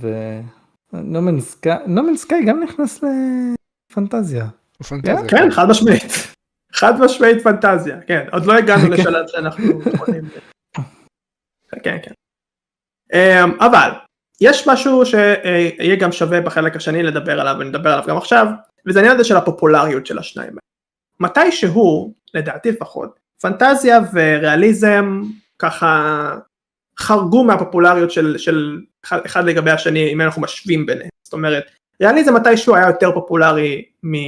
ונומן סקאי גם נכנס לפנטזיה. כן, חד משמעית פנטזיה, כן, עוד לא הגענו לשלב שאנחנו יכולים. כן. אבל יש משהו שיהיה גם שווה בחלק השני לדבר עליו, ונדבר עליו גם עכשיו, וזה העניין הזה של הפופולריות של השניים. מתי שהוא, לדעתי לפחות, פנטזיה וריאליזם ככה חרגו מהפופולריות של אחד לגבי השני, אם אנחנו משווים ביניהם. זאת אומרת, ריאליזם מתי שהוא היה יותר פופולרי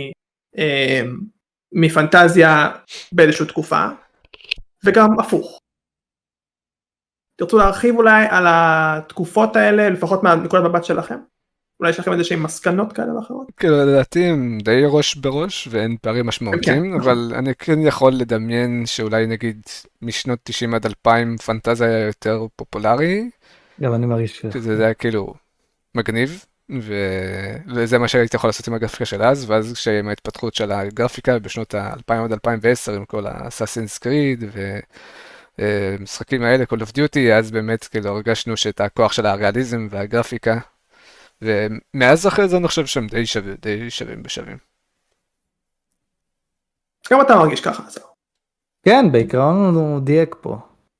מפנטזיה באיזושהי תקופה, וגם הפוך. תרצו להרחיב אולי על התקופות האלה, לפחות מנקודת מבט שלכם? אולי יש לכם איזושהי מסקנות כאלה ואחרות? כאילו לדעתי הם די ראש בראש ואין פערים משמעותיים, אבל אני כן יכול לדמיין שאולי נגיד משנות 90 עד 2000 פנטזיה היה יותר פופולרי. גם אני מרגיש ש... זה היה כאילו מגניב, וזה מה שהייתי יכול לעשות עם הגרפיקה של אז, ואז כשעם ההתפתחות של הגרפיקה בשנות ה-2000 עד 2010 עם כל ה-Assassin's Creed ומשחקים האלה, Call of Duty, אז באמת כאילו הרגשנו שאת הכוח של הריאליזם והגרפיקה, ומאז אחרי זה אני חושב שהם די שווים בשווים. גם אתה מרגיש ככה, זהו. כן, בעיקרון הוא דייק פה.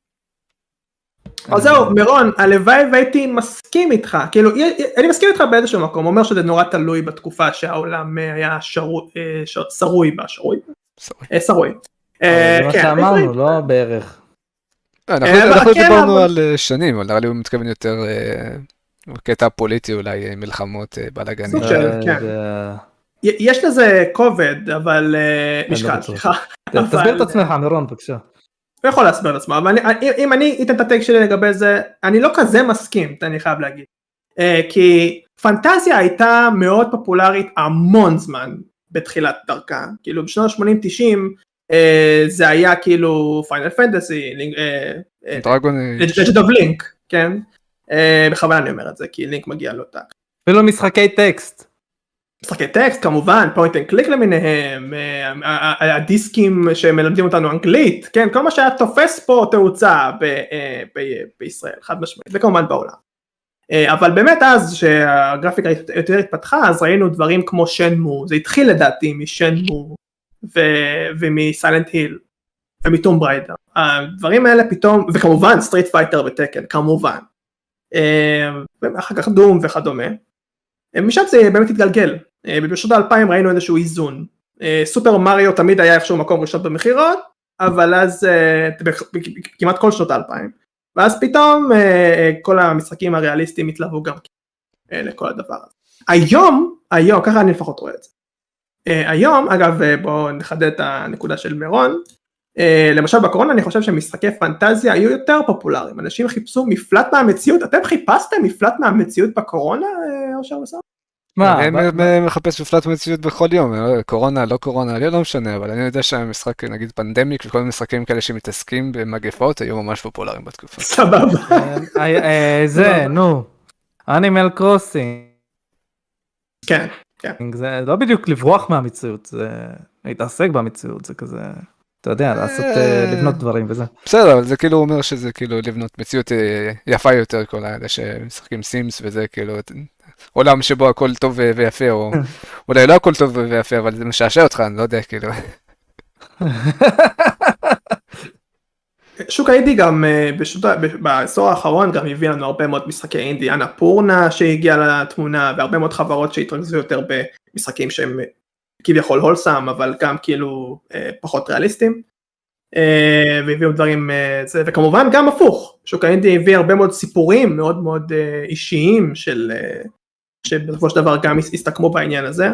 אז זהו, מירון, הלוואי והייתי מסכים איתך, כאילו, אני מסכים איתך באיזשהו מקום, אומר שזה נורא תלוי בתקופה שהעולם היה שרוי בה, שרוי. זה מה שאמרנו, לא בערך. אנחנו דיברנו על שנים, אבל נראה לי הוא מתכוון יותר קטע פוליטי אולי, מלחמות, בלאגנים. יש לזה כובד, אבל משקל, סליחה. תסביר את עצמך, מירון, בבקשה. הוא יכול להסביר את עצמו, אבל אם אני אתן את הטייק שלי לגבי זה, אני לא כזה מסכים, אני חייב להגיד. כי פנטזיה הייתה מאוד פופולרית המון זמן בתחילת דרכה, כאילו בשנות ה-80-90 זה היה כאילו פיינל פנטסי, דרגון לג'נד אוף לינק, כן? בכוונה אני אומר את זה, כי לינק מגיע לאותה. אפילו משחקי טקסט. משחקי טקסט כמובן, פוינט אנד קליק למיניהם, הדיסקים שמלמדים אותנו אנגלית, כן? כל מה שהיה תופס פה תאוצה בישראל, חד משמעית, וכמובן בעולם. אבל באמת אז שהגרפיקה יותר התפתחה, אז ראינו דברים כמו שנמו, זה התחיל לדעתי משנמו ומסיילנט היל ומטום בריידר, הדברים האלה פתאום, וכמובן סטריט פייטר וטקן, כמובן, ואחר כך דום וכדומה, משם זה באמת התגלגל, בשנות ה-2000 ראינו איזשהו איזון, סופר מריו תמיד היה איפשהו מקום ראשון במחירות, אבל אז כמעט כל שנות ה-2000, ואז פתאום כל המשחקים הריאליסטיים התלוו גם לכל הדבר הזה. היום, ככה אני לפחות רואה את זה. היום, אגב, בואו נחדד את הנקודה של מירון, למשל בקורונה אני חושב שמשחקי פנטזיה היו יותר פופולריים, אנשים חיפשו מפלט מהמציאות, אתם חיפשתם מפלט מהמציאות בקורונה, אושר בסוף? אני מחפש מפלט מציאות בכל יום, קורונה, לא קורונה, לי לא משנה, אבל אני יודע שהמשחק, נגיד פנדמיק וכל מיני משחקים כאלה שמתעסקים במגפות, היו ממש פופולריים בתקופה. סבבה. זה, נו, אנימל קרוסינג. כן. זה לא בדיוק לברוח מהמציאות, זה להתעסק במציאות, זה כזה, אתה יודע, לעשות, לבנות דברים וזה. בסדר, אבל זה כאילו אומר שזה כאילו לבנות מציאות יפה יותר, כל האלה שמשחקים סימס וזה כאילו... עולם שבו הכל טוב ויפה, או אולי לא הכל טוב ויפה, אבל זה משעשע אותך, אני לא יודע, כאילו. שוק האינדי גם בעשור האחרון גם הביא לנו הרבה מאוד משחקי אינדי, אנה פורנה שהגיעה לתמונה, והרבה מאוד חברות שהתרכזו יותר במשחקים שהם כביכול הולסם, אבל גם כאילו פחות ריאליסטיים, והביאו דברים, וכמובן גם הפוך, שוק האינדי הביא הרבה מאוד סיפורים מאוד מאוד אישיים שבסופו של דבר גם הסתכמו בעניין הזה.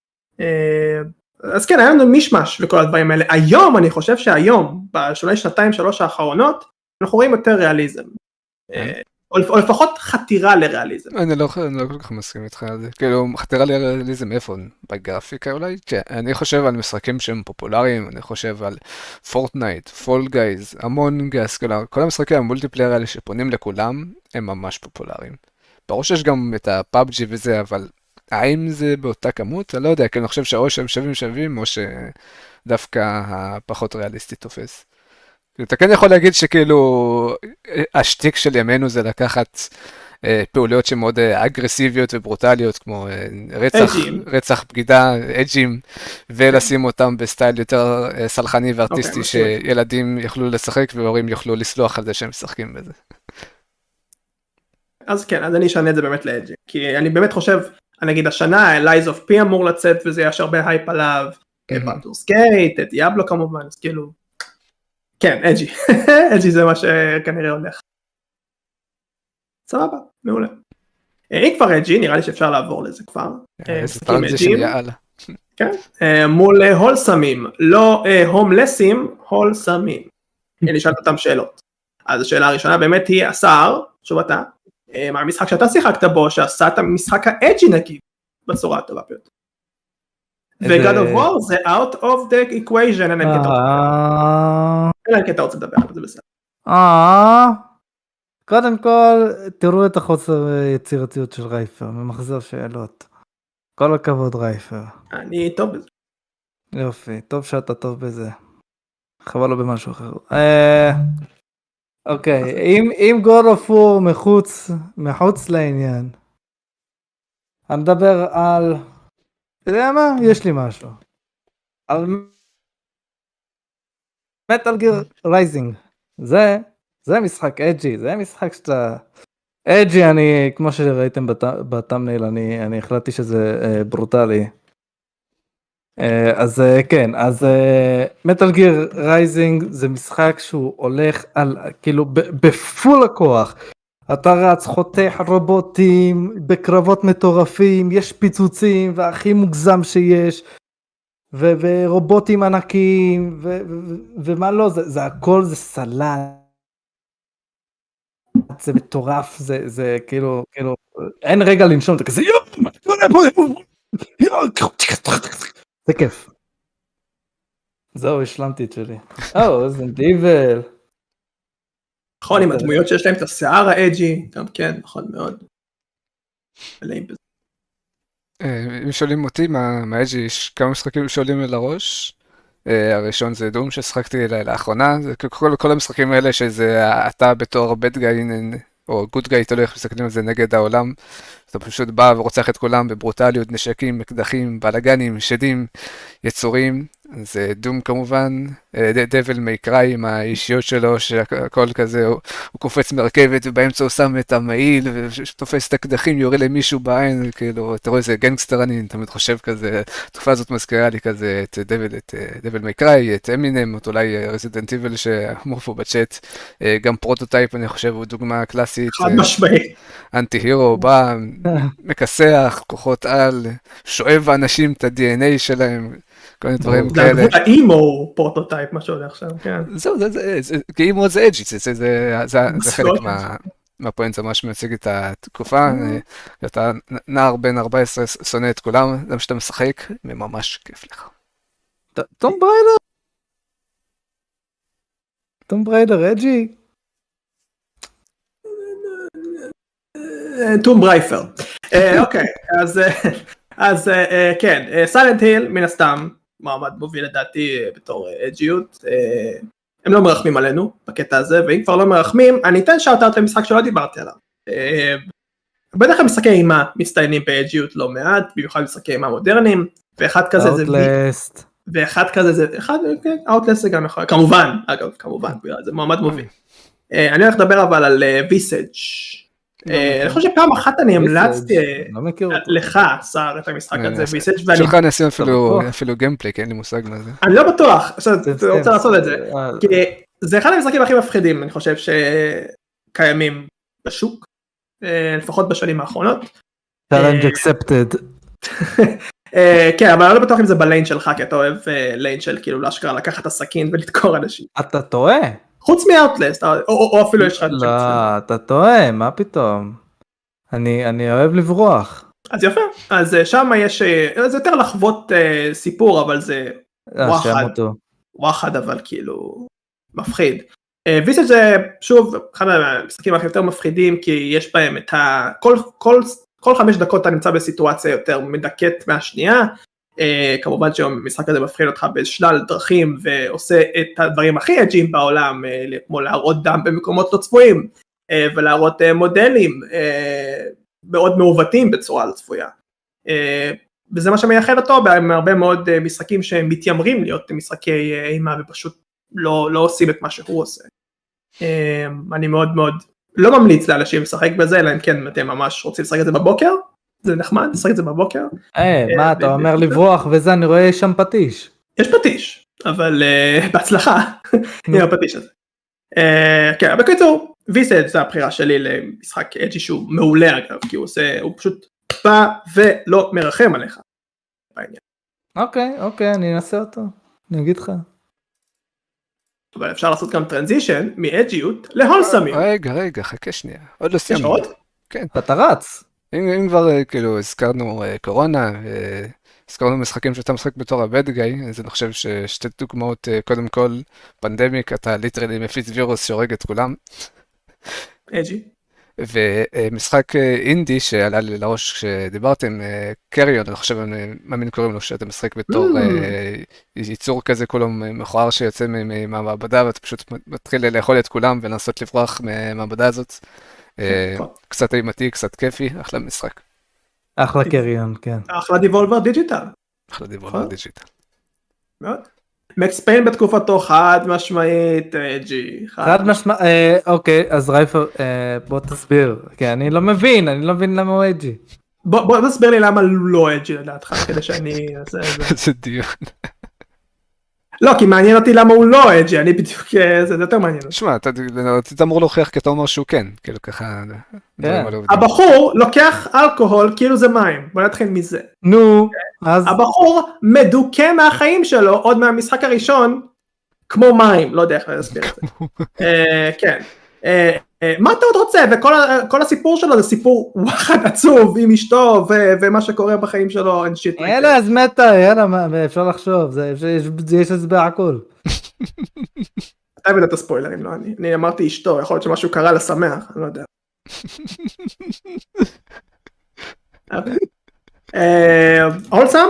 אז כן, היה לנו מישמש וכל הדברים האלה. היום, אני חושב שהיום, בשנה 2-3 האחרונות, אנחנו רואים יותר ריאליזם. או לפחות חתירה לריאליזם. אני לא כל כך מסכים איתך על זה. כאילו, חתירה לריאליזם איפה? בגרפיקה אולי? אני חושב על משחקים שהם פופולריים, אני חושב על פורטנייט, פול גייז, המון גס, כל המשחקים המולטיפלייר האלה שפונים לכולם, הם ממש פופולריים. ברור שיש גם את הפאבג'י וזה, אבל האם זה באותה כמות? אני לא יודע, כי אני חושב שאו שהם שווים, או שדווקא הפחות ריאליסטי תופס. אתה כן יכול להגיד שכאילו, השטיק של ימינו זה לקחת פעולות שמאוד אגרסיביות וברוטליות, כמו רצח, בגידה, אג'ים, ולשים אותם בסטייל יותר סלחני וארטיסטי, שילדים יוכלו לשחק והורים יוכלו לסלוח על זה שהם משחקים בזה. אז כן, אז אני אשנה את זה באמת לאג'י, כי אני באמת חושב, אני אגיד השנה, Lies of P אמור לצאת, וזה יש הרבה הייפ עליו, בלדורס גייט, דיאבלו כמובן, אז כאילו, כן, אג'י, אג'י זה מה שכנראה הולך. סבבה, מעולה. אם כבר אג'י, נראה לי שאפשר לעבור לזה כבר. איזה טרנזישן יאללה. כן, מול הולסמים, לא הומלסים, הולסמים. אני שאלת אותם שאלות. אז השאלה הראשונה באמת היא, השר, שוב אתה, מה המשחק שאתה שיחקת בו, שעשה את המשחק האג'י נגיד, בצורה הטובה ביותר. ו-God of War זה out of the equation, אין להם קטע רוצה לדבר, אבל זה בסדר. קודם כל, תראו את החוסר יצירתיות של רייפר, ממחזר שאלות. כל הכבוד רייפר. אני טוב בזה. יופי, טוב שאתה טוב בזה. חבל לו במשהו אחר. אוקיי, אם God of War מחוץ לעניין, אני מדבר על, אתה יודע מה? יש לי משהו. על מטל גיר רייזינג. זה משחק אג'י, זה משחק שאתה... אג'י, אני, כמו שראיתם בטאמנייל, אני החלטתי שזה ברוטלי. אז כן, אז מטל גיר רייזינג זה משחק שהוא הולך על, כאילו, בפול הכוח. אתה רץ, חותך רובוטים, בקרבות מטורפים, יש פיצוצים, והכי מוגזם שיש, ורובוטים ענקיים, ומה לא, זה הכל זה סלט. זה מטורף, זה כאילו, אין רגע לנשום, אתה כזה זה כיף. זהו, השלמתי את שלי. רזידנט איבל. נכון, עם הדמויות שיש להם את השיער האג'י, גם כן, נכון מאוד. אם שואלים אותי מה אג'י, יש כמה משחקים שעולים לי לראש. הראשון זה דום ששחקתי לאחרונה, זה כל המשחקים האלה שזה אתה בתור bad guy או good guy, תלוי איך מסתכלים על זה נגד העולם, אתה פשוט בא ורוצח את כולם בברוטליות, נשקים, מקדחים, בלגנים, שדים, יצורים. זה דום כמובן, דבל מי קריי עם האישיות שלו, שהכל כזה, הוא קופץ מרכבת ובאמצע הוא שם את המעיל ותופס את הקדחים, יורה למישהו בעין, כאילו, אתה רואה איזה גנגסטר, אני תמיד חושב כזה, התקופה הזאת מזכירה לי כזה את דבל מי קריי, את אמינם, או אולי רזידנט איבל שאמור פה בצ'אט, גם פרוטוטייפ אני חושב הוא דוגמה קלאסית, חד משמעי. אנטי הירו בא, מכסח, כוחות על, שואב האנשים את ה-DNA שלהם, כל מיני דברים כאלה. זה האימו פרוטוטייפ, מה שעולה עכשיו, כן. זהו, כי אימו זה אג'י, זה חלק מהפואנט, זה ממש מייצג את התקופה, אתה נער בן 14, שונא את כולם, גם שאתה משחק, וממש כיף לך. טום בריידר אג'י? טום ברייפר. אוקיי, אז כן, סיילנט היל מן הסתם מעמד מוביל לדעתי בתור אג'יות, הם לא מרחמים עלינו בקטע הזה, ואם כבר לא מרחמים אני אתן שאוט-אאוט למשחק שלא דיברתי עליו. בטח הם משחקי אימה מסתיינים באג'יות לא מעט, במיוחד משחקי אימה מודרניים, ואחד כזה זה Outlast. ואחד כזה זה Outlast זה גם יכול, כמובן, אגב, כמובן, זה מעמד מוביל. אני הולך לדבר אבל על ויסאג'. אני חושב שפעם אחת אני המלצתי לך, שר, את המשחק הזה, ויסאג' שלך אני אשים אפילו גיימפליי, כי אין לי מושג מה זה. אני לא בטוח, אתה רוצה לעשות את זה, כי זה אחד המשחקים הכי מפחידים, אני חושב שקיימים בשוק, לפחות בשנים האחרונות. Challenge accepted. כן, אבל אני לא בטוח אם זה בליין שלך, כי אתה אוהב ליין של כאילו להשכרה לקחת את הסכין ולדקור אנשים. אתה טועה? חוץ מאוטלסט, או אפילו יש לך... לא, אתה טועה, מה פתאום? אני אוהב לברוח. אז יפה, אז שם יש, זה יותר לחוות סיפור, אבל זה וואחד, אבל כאילו מפחיד. ויסאג' זה שוב אחד המשחקים הכי יותר מפחידים, כי יש בהם את כל 5 דקות אתה נמצא בסיטואציה יותר מדכאת מהשנייה, כמובן שהמשחק הזה מפחיד אותך בשלל דרכים, ועושה את הדברים הכי אג'יים בעולם, כמו להראות דם במקומות לא צפויים, ולהראות מודלים מאוד מעוותים בצורה לא צפויה. וזה מה שמייחד אותו בהרבה מאוד משחקים שמתיימרים להיות משחקי אימה, ופשוט לא עושים את מה שהוא עושה. אני מאוד מאוד לא ממליץ לאנשים לשחק בזה, אלא אם כן אתם ממש רוצים לשחק את זה בבוקר, זה נחמד, לשחק את זה בבוקר. מה, אתה אומר לברוח וזה, אני רואה שם פטיש. יש פטיש, אבל בהצלחה עם הפטיש הזה. כן, בקיצור, ויסאג' זה הבחירה שלי למשחק אג'י שהוא מעולה אגב, כי הוא פשוט בא ולא מרחם עליך. אוקיי, אני אנסה אותו, אני אגיד לך. אבל אפשר לעשות גם טרנזישן מאג'יות להולסמיות. רגע, חכה שנייה. עוד לא סיימנו. יש עוד? כן. אתה רץ. אם כבר כאילו הזכרנו קורונה, הזכרנו משחקים שאתה משחק בתור הבד גאי, אז אני חושב ששתי דוגמאות, קודם כל, פנדמיק, אתה ליטרלי מפיץ וירוס שהורג את כולם. אג'י. ומשחק אינדי שעלה לי לראש כשדיברתם, קריון, אני חושב, אני מאמין קוראים לו, שאתה משחק בתור ייצור כזה כולו מכוער שיוצא מהמעבדה, ואתה פשוט מתחיל לאכול את כולם ולנסות לברוח מהמעבדה הזאת. קצת אימתי, קצת כיפי, אחלה משחק. אחלה קריון, כן. אחלה דיבולבר דיג'יטל. אחלה דיבולבר דיג'יטל. מאוד. מקס פיין בתקופתו חד משמעית, אג'י. חד משמעית, אוקיי, אז רייפר, בוא תסביר, כי אני לא מבין למה הוא אג'י. בוא תסביר לי למה לא אג'י לדעתך, כדי שאני אעשה את זה. זה דיון. לא, כי מעניין אותי למה הוא לא אג'י, אני בדיוק, זה יותר מעניין. תשמע, אתה אמור להוכיח כי אתה אומר שהוא כן, כאילו ככה... הבחור לוקח אלכוהול כאילו זה מים, בוא נתחיל מזה. נו, אז... הבחור מדוכא מהחיים שלו, עוד מהמשחק הראשון, כמו מים, לא יודע איך להסביר את זה. כן. מה אתה עוד רוצה? וכל הסיפור שלו זה סיפור וואחד עצוב עם אשתו ומה שקורה בחיים שלו. יאללה, אז מתה, יאללה, אפשר לחשוב, יש הסבר הכל. אתה הבאת את הספוילרים, לא אני. אני אמרתי אשתו, יכול להיות שמשהו קרה לשמח, אני לא יודע. הולסם?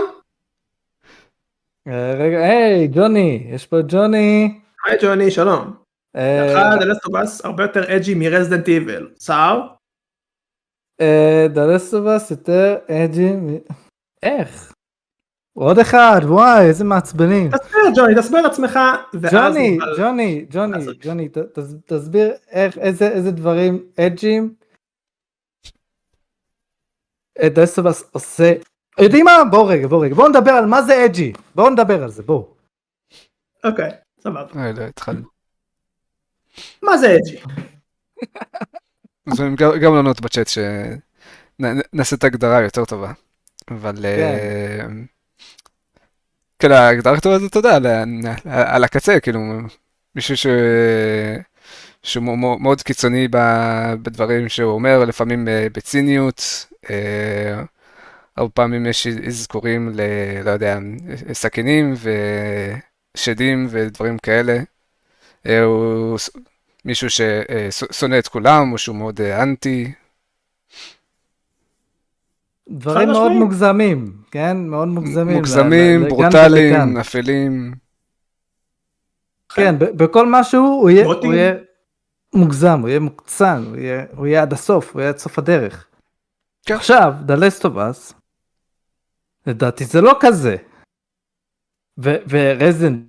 רגע, היי, ג'וני, יש פה ג'וני. היי ג'וני, שלום. אחד, The Last of Us הרבה יותר אג'י מרזידנט איבל. סער? The Last of Us יותר אג'י איך? עוד אחד, וואי, איזה מעצבנים. תסביר ג'וני, תסביר עצמך. ג'וני, תסביר איזה דברים אג'ים The Last of Us עושה. יודעים מה? בואו נדבר על מה זה אג'י. בואו נדבר על זה, בואו. אוקיי, סבבה. לא, התחלנו. מה זה אג'י? אז גם לענות בצ'אט שנעשה את ההגדרה יותר טובה. אבל כאילו ההגדרה טובה זה תודה על הקצה, כאילו מישהו שהוא מאוד קיצוני בדברים שהוא אומר, לפעמים בציניות, הרבה פעמים יש אזכורים לא יודע, סכינים ושדים ודברים כאלה. הוא מישהו ששונא את כולם, או שהוא מאוד אנטי. דברים מאוד מוגזמים, כן? מאוד מוגזמים. מוגזמים, ברוטליים, אפלים. כן, בכל משהו הוא יהיה מוגזם, הוא יהיה מוקצן, הוא יהיה עד הסוף, הוא יהיה עד סוף הדרך. עכשיו, The Last of Us, לדעתי זה לא כזה. ורזידנט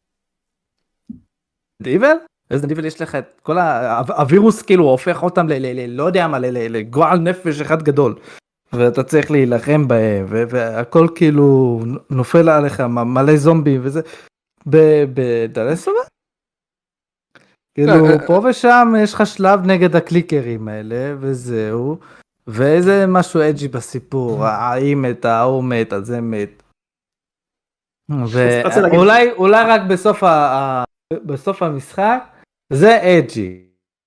איבל? רזידנט איבל יש לך את כל הווירוס, כאילו הופך אותם לא יודע מה, לגועל נפש אחד גדול. ואתה צריך להילחם בהם, והכל כאילו נופל עליך, מלא זומבים וזה. ב-The Last of Us? כאילו פה ושם יש לך שלב נגד הקליקרים האלה, וזהו. ואיזה משהו אג'י בסיפור, האם מת, ההוא מת, הזה מת. ואולי רק בסוף המשחק, זה אג'י.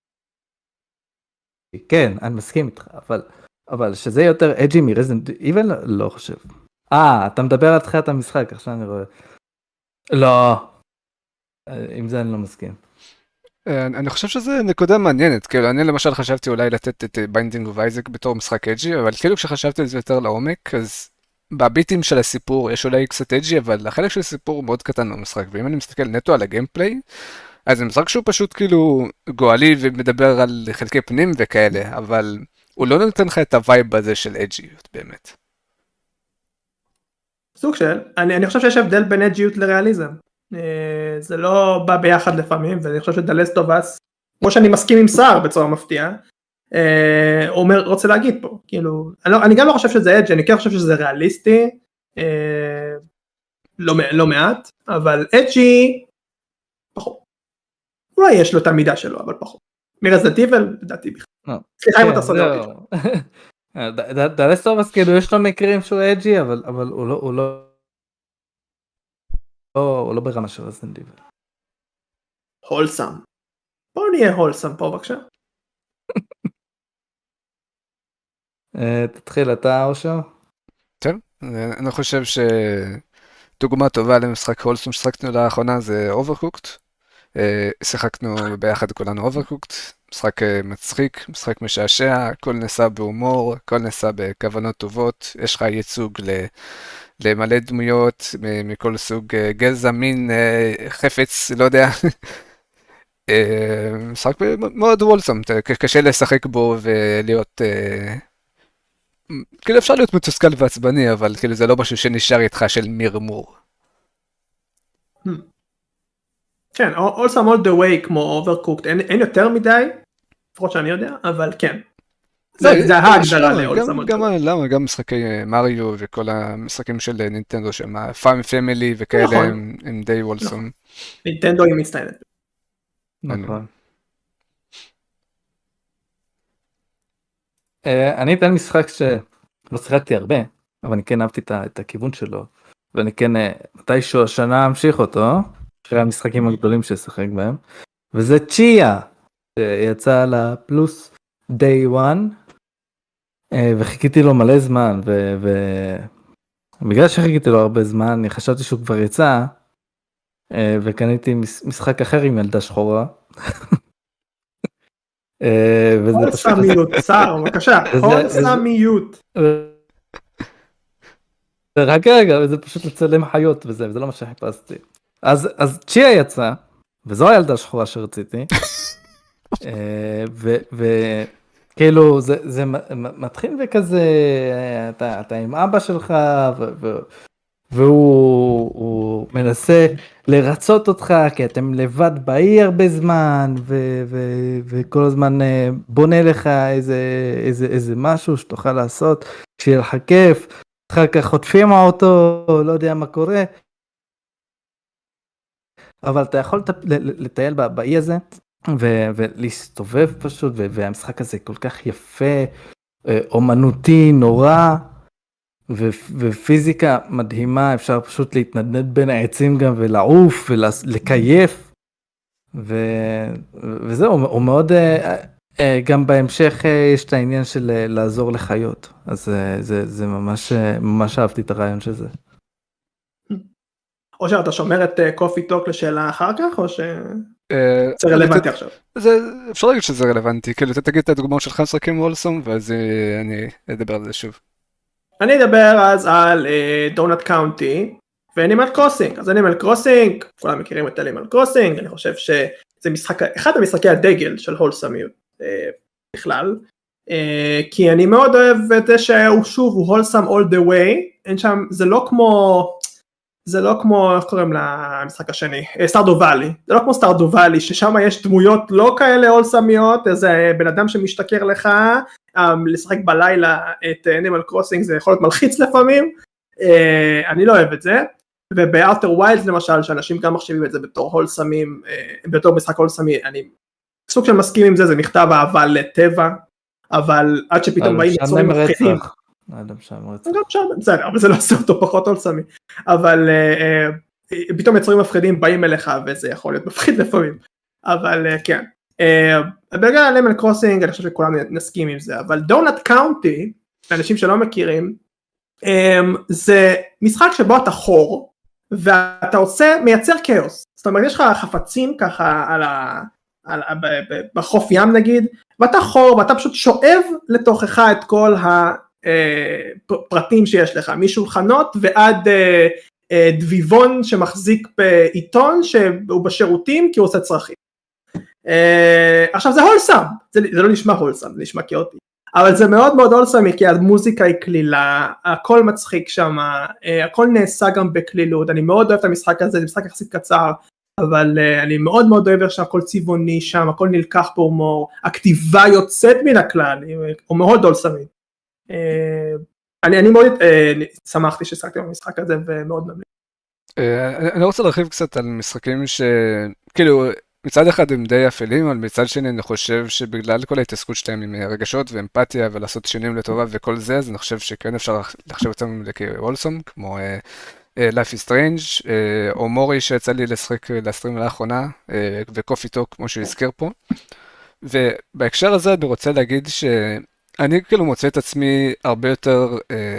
כן, אני מסכים איתך, אבל שזה יותר אג'י מרזידנט איבל, לא חושב. אתה מדבר על תחילת המשחק, עכשיו אני רואה. לא, עם זה אני לא מסכים. אני חושב שזה נקודה מעניינת, כאילו אני למשל חשבתי אולי לתת את ביינדינג אוף אייזק בתור משחק אג'י, אבל כאילו כשחשבתי על זה יותר לעומק, אז בביטים של הסיפור יש אולי קצת אג'י, אבל החלק של הסיפור הוא מאוד קטן במשחק, ואם אני מסתכל נטו על הגיימפליי, אז זה משחק שהוא פשוט כאילו גואלי ומדבר על חלקי פנים וכאלה, אבל הוא לא נותן לך את הווייב הזה של אג'יות באמת. סוג של, אני חושב שיש הבדל בין אג'יות לריאליזם. זה לא בא ביחד לפעמים, ואני חושב ש-The Last of Us, כמו שאני מסכים עם סער בצורה מפתיעה, רוצה להגיד פה, כאילו, אני גם לא חושב שזה אג'י, אני כן חושב שזה ריאליסטי, לא מעט, אבל אג'י, פחות. אולי יש לו את המידה שלו, אבל פחות. מרזידנט איבל, לדעתי בכלל. סליחה אם אתה שונא אותי. The Last of Us, כאילו, יש לו מקרים שהוא אג'י, אבל הוא לא ברמה של רזידנט איבל. הולסם. בואו נהיה הולסם פה בבקשה. תתחיל אתה אושר? טוב, אני חושב שדוגמה טובה למשחק הולסם ששחקנו לאחרונה זה Overcooked. שיחקנו ביחד כולנו Overcooked, משחק מצחיק, משחק משעשע, הכל נעשה בהומור, הכל נעשה בכוונות טובות, יש לך ייצוג למלא דמויות מכל סוג גזע, מין, חפץ, לא יודע. משחק מאוד וולסם, קשה לשחק בו ולהיות, כאילו אפשר להיות מתוסכל ועצבני, אבל כאילו זה לא משהו שנשאר איתך של מרמור. כן, Wholesome all the way כמו Overcooked, אין יותר מדי, לפחות שאני יודע, אבל כן. זה ההגדרה ל-Wholesome all the way. למה? גם משחקי מריו וכל המשחקים של נינטנדו, שהם פאם פמילי וכאלה, הם די וולסום. נינטנדו היא מצטיינת. נכון. אני אתן משחק שלא שיחקתי הרבה, אבל אני כן אהבתי את הכיוון שלו, ואני כן מתישהו השנה אמשיך אותו, אחרי המשחקים הגדולים ששחק בהם, וזה צ'יה, שיצא לפלוס day one, וחיכיתי לו מלא זמן, ובגלל שחיכיתי לו הרבה זמן, אני חשבתי שהוא כבר יצא, וקניתי משחק אחר עם ילדה שחורה. הולסמיות, שר, בבקשה, הולסמיות. רק רגע, וזה פשוט לצלם חיות וזה לא מה שחיפשתי. אז צ'יה יצא, וזו הילדה השחורה שרציתי, וכאילו זה מתחיל וכזה, אתה עם אבא שלך, והוא מנסה לרצות אותך, כי אתם לבד באי הרבה זמן, וכל הזמן בונה לך איזה משהו שתוכל לעשות, שיהיה לך כיף, אחר כך חוטפים אותו, לא יודע מה קורה, אבל אתה יכול לטייל באי הזה, ולהסתובב פשוט, והמשחק הזה כל כך יפה, אומנותי, נורא, ופיזיקה מדהימה, אפשר פשוט להתנדנד בין העצים גם, ולעוף, ולקייף, וזהו, הוא מאוד, גם בהמשך יש את העניין של לעזור לחיות, אז זה ממש אהבתי את הרעיון של זה. או שאתה שומר את קופי טוק לשאלה אחר כך, או שזה רלוונטי עכשיו? אפשר להגיד שזה רלוונטי, כאילו אתה תגיד את הדוגמאות שלך משחקים וולסום, ואז אני אדבר על זה שוב. אני אדבר אז על דונט קאונטי ואנימל קרוסינג. אז אנימל קרוסינג, כולם מכירים את אנימל קרוסינג, אני חושב שזה משחק, אחד המשחקי הדגל של הולסמיות בכלל, כי אני מאוד אוהב את זה שהוא שוב, הוא הולסם all the way, אין שם, זה לא כמו, איך קוראים למשחק השני, סטארדו ואלי, זה לא כמו סטארדו ואלי, ששם יש דמויות לא כאלה הולסמיות, איזה בן אדם שמשתכר לך, לשחק בלילה את אנימל קרוסינג זה יכול להיות מלחיץ לפעמים, אני לא אוהב את זה, ובאוטר ווילדס למשל, שאנשים גם מחשבים את זה בתור הולסמים, בתור משחק הולסמי, אני סוג של מסכים עם זה, זה מכתב אהבה לטבע, אבל עד שפתאום באים יצורים מפחידים, אדם שם רצח. גם שם, בסדר, אבל זה לא עושה אותו פחות הולסמי, אבל פתאום יצורים מפחידים באים אליך, וזה יכול להיות מפחיד לפעמים, אבל כן. בגלל אנימל קרוסינג, אני חושב שכולם נסכים עם זה, אבל דונט קאונטי, לאנשים שלא מכירים, זה משחק שבו אתה חור, ואתה מייצר כאוס, זאת אומרת, יש לך חפצים ככה בחוף ים נגיד, ואתה חור, ואתה פשוט שואב לתוכך את כל הפרטים שיש לך, משולחנות ועד דביבון שמחזיק בעיתון, שהוא בשירותים כי הוא עושה צרכים. עכשיו זה הולסם, זה לא נשמע הולסם, זה נשמע כאוטי, אבל זה מאוד מאוד הולסמי, כי המוזיקה היא כלילה, הכל מצחיק שם, הכל נעשה גם בכלילות, אני מאוד אוהב את המשחק הזה, זה משחק יחסית קצר, אבל אני מאוד מאוד אוהב שהכל צבעוני שם, הכל נלקח בהומור, הכתיבה יוצאת מן הכלל, הוא מאוד הולסמי. אני מאוד שמחתי ששחקתי במשחק הזה, ומאוד ממליץ. אני רוצה להרחיב קצת על משחקים שכאילו, מצד אחד הם די אפלים, אבל מצד שני אני חושב שבגלל כל ההתעסקות שלהם עם רגשות ואמפתיה ולעשות שינויים לטובה וכל זה, אז אני חושב שכן אפשר לחשב אותם כוולסום, כמו Life is Strange, או מורי שיצא לי לשחק לסטרים לאחרונה, וקופי טוק כמו שהוא הזכיר פה. ובהקשר הזה אני רוצה להגיד שאני כאילו מוצא את עצמי הרבה יותר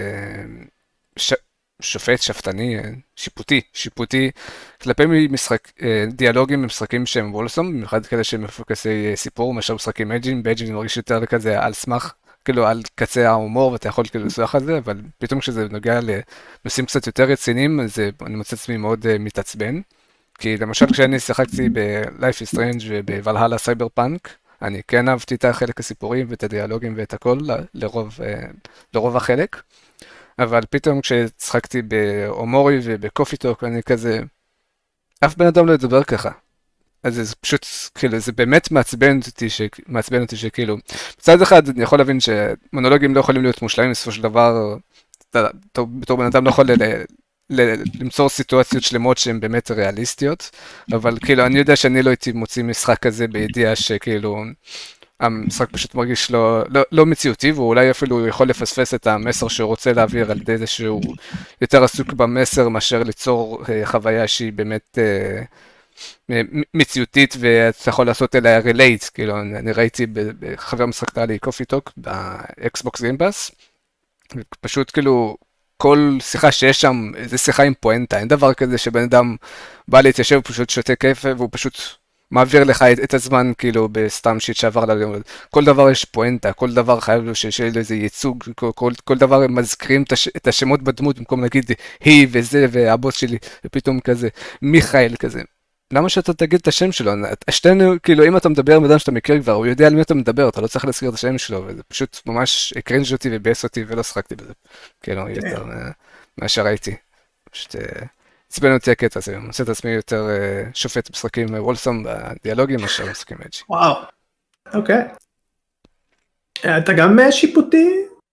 שופט, שפטני, שיפוטי, כלפי דיאלוגים במשחקים שהם וולסום, במיוחד כאלה שהם מפוקסי סיפור, מאשר משחקים אג'ין, באג'ין מרגיש יותר כזה על סמך, כאילו על קצה ההומור, ואתה יכול כאילו לסלוח על זה, אבל פתאום כשזה נוגע לנושאים קצת יותר רציניים, אז אני מוצא את עצמי מאוד מתעצבן, כי למשל כשאני שיחקתי ב-Life is Strange ובוולהלה סייבר פאנק, אני כן אהבתי את החלק הסיפורים ואת הדיאלוגים ואת הכל, לרוב החלק, אבל פתאום כששחקתי באומורי ובקופי טוק, אני כזה, אף בן אדם לא ידבר ככה. אז זה פשוט, כאילו, זה באמת מעצבן אותי שכאילו, מצד אחד אני יכול להבין שמונולוגים לא יכולים להיות מושלמים, בסופו של דבר, בתור בן אדם לא יכול למצוא סיטואציות שלמות שהן באמת ריאליסטיות, אבל כאילו, אני יודע שאני לא הייתי מוציא משחק כזה בידיעה שכאילו, המשחק פשוט מרגיש לא מציאותי, והוא אולי אפילו יכול לפספס את המסר שהוא רוצה להעביר על ידי זה שהוא יותר עסוק במסר מאשר ליצור חוויה שהיא באמת מציאותית ואתה יכול לעשות אליה רילייט, כאילו אני ראיתי בחבר משחק לי קופי טוק באקסבוקס גיימפאס, פשוט כאילו כל שיחה שיש שם זה שיחה עם פואנטה, אין דבר כזה שבן אדם בא להתיישב פשוט שותה קפה והוא פשוט מעביר לך את הזמן כאילו בסתם שיט שעבר ליום. כל דבר יש פואנטה, כל דבר חייב לו שיהיה לו איזה ייצוג, כל דבר הם מזכירים את השמות בדמות במקום להגיד היא וזה והבוס שלי ופתאום כזה מיכאל כזה. למה שאתה תגיד את השם שלו? השתינו, כאילו אם אתה מדבר עם אדם שאתה מכיר כבר, הוא יודע על מי אתה מדבר, אתה לא צריך להזכיר את השם שלו, וזה פשוט ממש הקרינג' אותי ובאס אותי ולא שחקתי בזה. כאילו יותר מה שראיתי. פשוט עצבן אותי הקטע הזה, אני עושה את עצמי יותר שופט משחקים וולסום בדיאלוגים מאשר משחקים אג'י. וואו, אוקיי. אתה גם שיפוטי?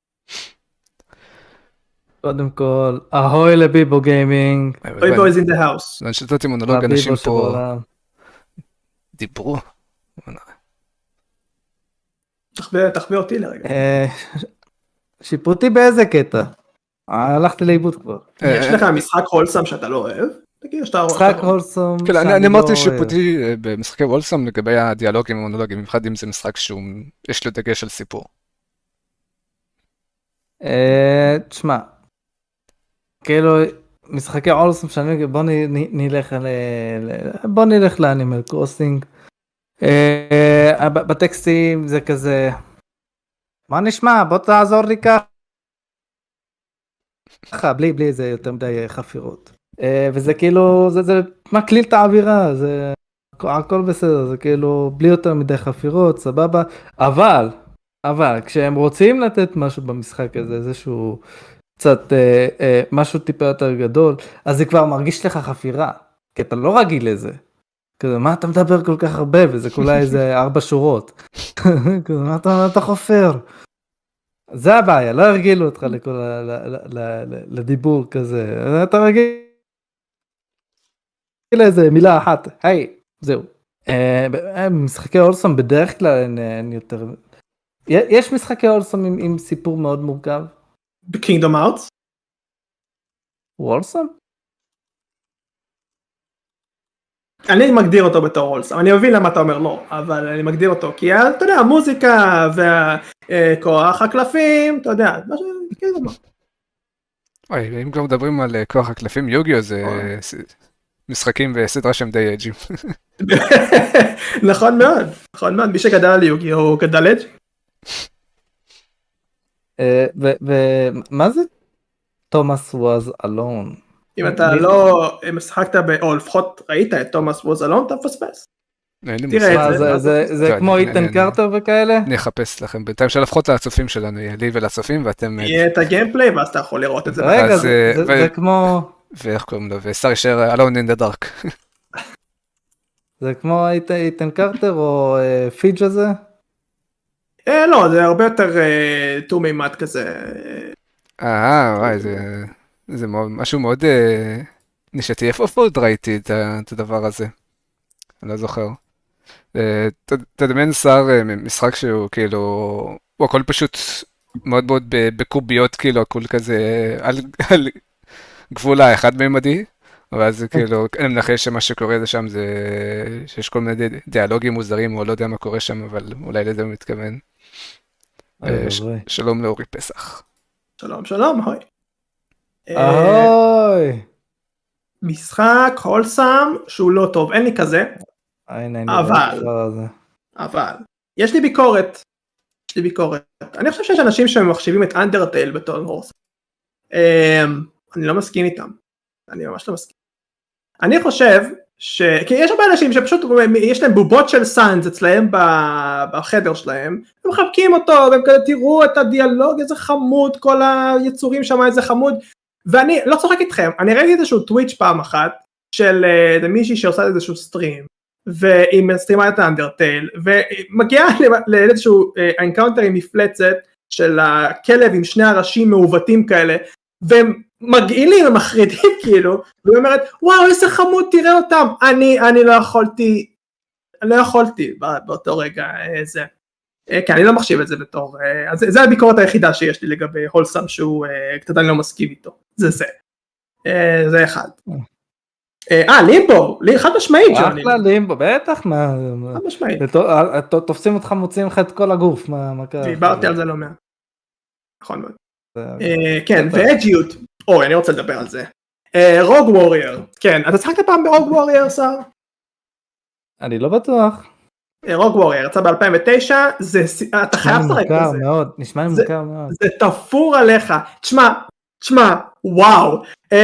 קודם כל, אהוי לביבו גיימינג. ביבו is in the house. לא נשתתי מונולוג, אנשים פה דיברו. תחביא אותי לרגע. שיפוטי באיזה קטע? הלכתי לאיבוד כבר. יש לך משחק הולסם שאתה לא אוהב? תגיד שאתה משחק הולסם שאני לא אוהב. אני אמרתי שיפוטי במשחקי וולסם לגבי הדיאלוגים והמונולוגים, במיוחד אם זה משחק שיש לו דגש על סיפור. תשמע, כאילו משחקי וולסם שאני בוא נלך לאנימל קרוסינג. בטקסטים זה כזה, מה נשמע? בוא תעזור לי ככה, בלי זה יותר מדי חפירות. וזה כאילו, זה מקליל את האווירה, זה הכל בסדר, זה כאילו בלי יותר מדי חפירות, סבבה. אבל כשהם רוצים לתת משהו במשחק הזה, איזשהו קצת משהו טיפה יותר גדול, אז זה כבר מרגיש לך חפירה, כי אתה לא רגיל לזה. כזה, מה אתה מדבר כל כך הרבה, וזה כולה איזה 4 שורות. כזה, מה אתה חופר? זה הבעיה, לא הרגילו אותך לדיבור כזה. אתה רגיל לאיזה מילה אחת, היי, זהו. משחקי אולסום בדרך כלל אין יותר... יש משחקי אולסום עם סיפור מאוד מורכב? בקינגדום ארטס? וולסום? אני מגדיר אותו בתור וולסם, אני מבין למה אתה אומר לא, אבל אני מגדיר אותו, כי אתה יודע, המוזיקה והכוח הקלפים, אתה יודע, מה שכאילו. אוי, אם כבר מדברים על כוח הקלפים, יוגיו זה משחקים וסדרה שהם די אג'ים. נכון מאוד, מי שגדל על יוגיו הוא גדל אג'. ומה זה? תומאס was alone. אם אתה לא משחקת, או לפחות ראית את תומאס was alone, אתה מפספס. תראה את זה. זה כמו איתן קרטר וכאלה? אני אחפש לכם בינתיים שלפחות לצופים שלנו, לי ולצופים, ואתם... יהיה את הגיימפליי, ואז אתה יכול לראות את זה. רגע, זה כמו... ואיך קוראים לו? ושר יישאר Alone in the Dark. זה כמו איתן קרטר או פיג' הזה? לא, זה הרבה יותר טור מימד כזה. וואי, זה משהו מאוד נישתי. איפה עוד ראיתי את הדבר הזה? אני לא זוכר. תדמיין שר משחק שהוא כאילו, הוא הכל פשוט מאוד מאוד בקוביות, כאילו הכל כזה על גבול האחד מימדי, ואז כאילו אני מנחש שמה שקורה זה שם זה שיש כל מיני דיאלוגים מוזרים, או לא יודע מה קורה שם, אבל אולי לזה הוא מתכוון. שלום לאורי פסח. שלום, הוי. אוי. משחק הולסם שהוא לא טוב, אין לי כזה. אבל יש לי ביקורת. אני חושב שיש אנשים שמחשיבים את אנדרטייל בתור הולסם. אני לא מסכים איתם. אני ממש לא מסכים. אני חושב כי יש הרבה אנשים שפשוט יש להם בובות של סאנס אצלהם בחדר שלהם, הם מחבקים אותו והם כזה תראו את הדיאלוג איזה חמוד, כל היצורים שם איזה חמוד, ואני לא צוחק איתכם, אני ראיתי איזשהו טוויץ' פעם אחת של מישהי שעושה איזשהו סטרים, והיא סטרימה את האנדרטייל, ומגיעה לאיזשהו אנקאונטר עם מפלצת של הכלב עם שני הראשים מעוותים כאלה, והם מגעילים, הם מחרידים כאילו, והיא אומרת, וואו איזה חמוד תראה אותם, אני לא יכולתי באותו רגע, כי אני לא מחשיב את זה בתור, אז זה הביקורת היחידה שיש לי לגבי הולסם שהוא קצת אני לא מסכים איתו, זה אחד. לימבו, חד משמעית ג'וני. אחלה לימבו, בטח, מה... חד משמעית. תופסים אותך, מוציאים לך את כל הגוף, מה קרה? דיברתי על זה לא מעט. נכון מאוד. כן, ואג'יות. אוי, אני רוצה לדבר על זה. רוג וורייר. כן, אתה שחקת פעם ברוג וורייר, שר? אני לא בטוח. רוג וורייר, יצא ב-2009, אתה חייב לשחק בזה. נשמע לי מוכר מאוד. זה תפור עליך. תשמע, וואו.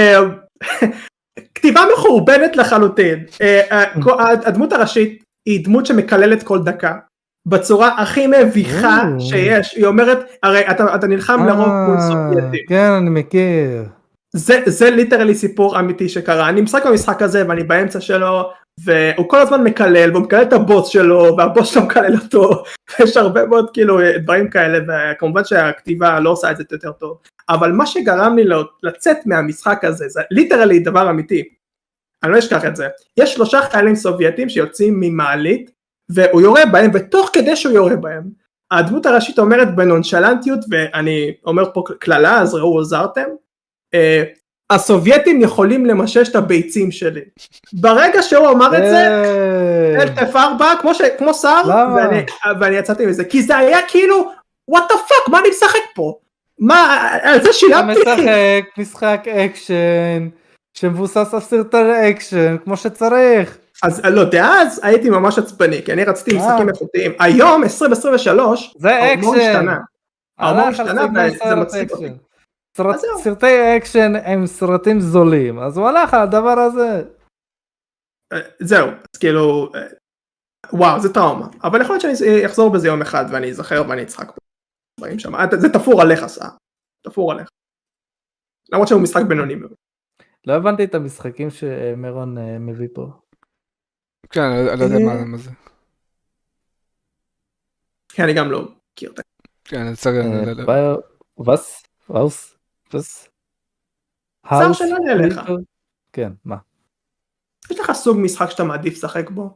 כתיבה מחורבנת לחלוטין. הדמות הראשית היא דמות שמקללת כל דקה. בצורה הכי מביכה שיש. היא אומרת, הרי אתה נלחם לרוב מול סובייטים. כן, אני מכיר. זה ליטרלי סיפור אמיתי שקרה. אני משחק במשחק הזה ואני באמצע שלו, והוא כל הזמן מקלל, והוא מקלל את הבוס שלו, והבוס שלו מקלל אותו. יש הרבה מאוד כאילו דברים כאלה, וכמובן שהכתיבה לא עושה את זה יותר טוב. אבל מה שגרם לי לצאת מהמשחק הזה, זה ליטרלי דבר אמיתי. אני לא אשכח את זה. יש 3 חיילים סובייטים שיוצאים ממעלית, והוא יורה בהם, ותוך כדי שהוא יורה בהם, הדמות הראשית אומרת בנונשלנטיות, ואני אומר פה כללה, אז ראו עזרתם, הסובייטים יכולים למשש את הביצים שלי. ברגע שהוא אמר את זה, אלטף 4, כמו שר, ואני יצאתי מזה, כי זה היה כאילו, what the fuck, מה אני משחק פה? מה, על זה שילמתי? אתה משחק משחק אקשן, שמבוסס על סרטי אקשן, כמו שצריך. אז לא, דאז הייתי ממש עצבני, כי אני רציתי משחקים איכותיים. היום, 2023, זה אקשן. ההומור השתנה, וזה מצחיק אותי. סרטי אקשן הם סרטים זולים, אז הוא הלך על הדבר הזה. זהו, אז כאילו, וואו, זה טראומה. אבל יכול להיות שאני אחזור בזה יום אחד, ואני אזכר ואני אצחק דברים שם. זה תפור עליך, תפור עליך. למרות שהוא משחק בינוני מאוד. לא הבנתי את המשחקים שמרון מביא פה. כן, אני לא יודע מה זה. כן, אני גם לא מכיר את זה. כן, אני צריך... וס? שר שלנו אליך. כן, מה? יש לך סוג משחק שאתה מעדיף לשחק בו?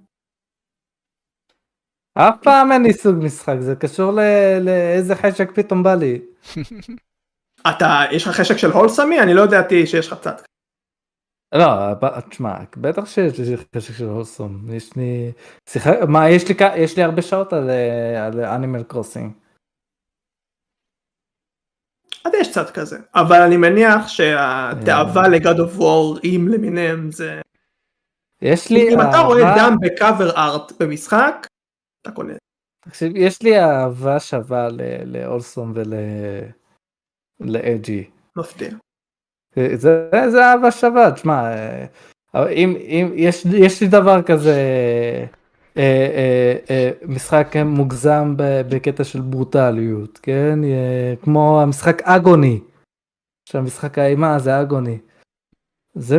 אף פעם אין לי סוג משחק, זה קשור לאיזה חשק פתאום בא לי. יש לך חשק של הולסמי? אני לא ידעתי שיש לך קצת. לא, תשמע, בטח שיש לי חשק של הולסום. יש לי הרבה שעות על אנימל קרוסינג. אז יש קצת כזה, אבל אני מניח שהתאווה לגד אוף וור עם למיניהם זה... אם אתה רואה דם בקאבר ארט במשחק, אתה קונה. תקשיב, יש לי אהבה שווה לאולסום ולאג'י. מפתיע. זה אהבה שווה, תשמע, אם יש לי דבר כזה, משחק מוגזם בקטע של ברוטליות, כן? כמו המשחק אגוני, שהמשחק האימה זה אגוני. זה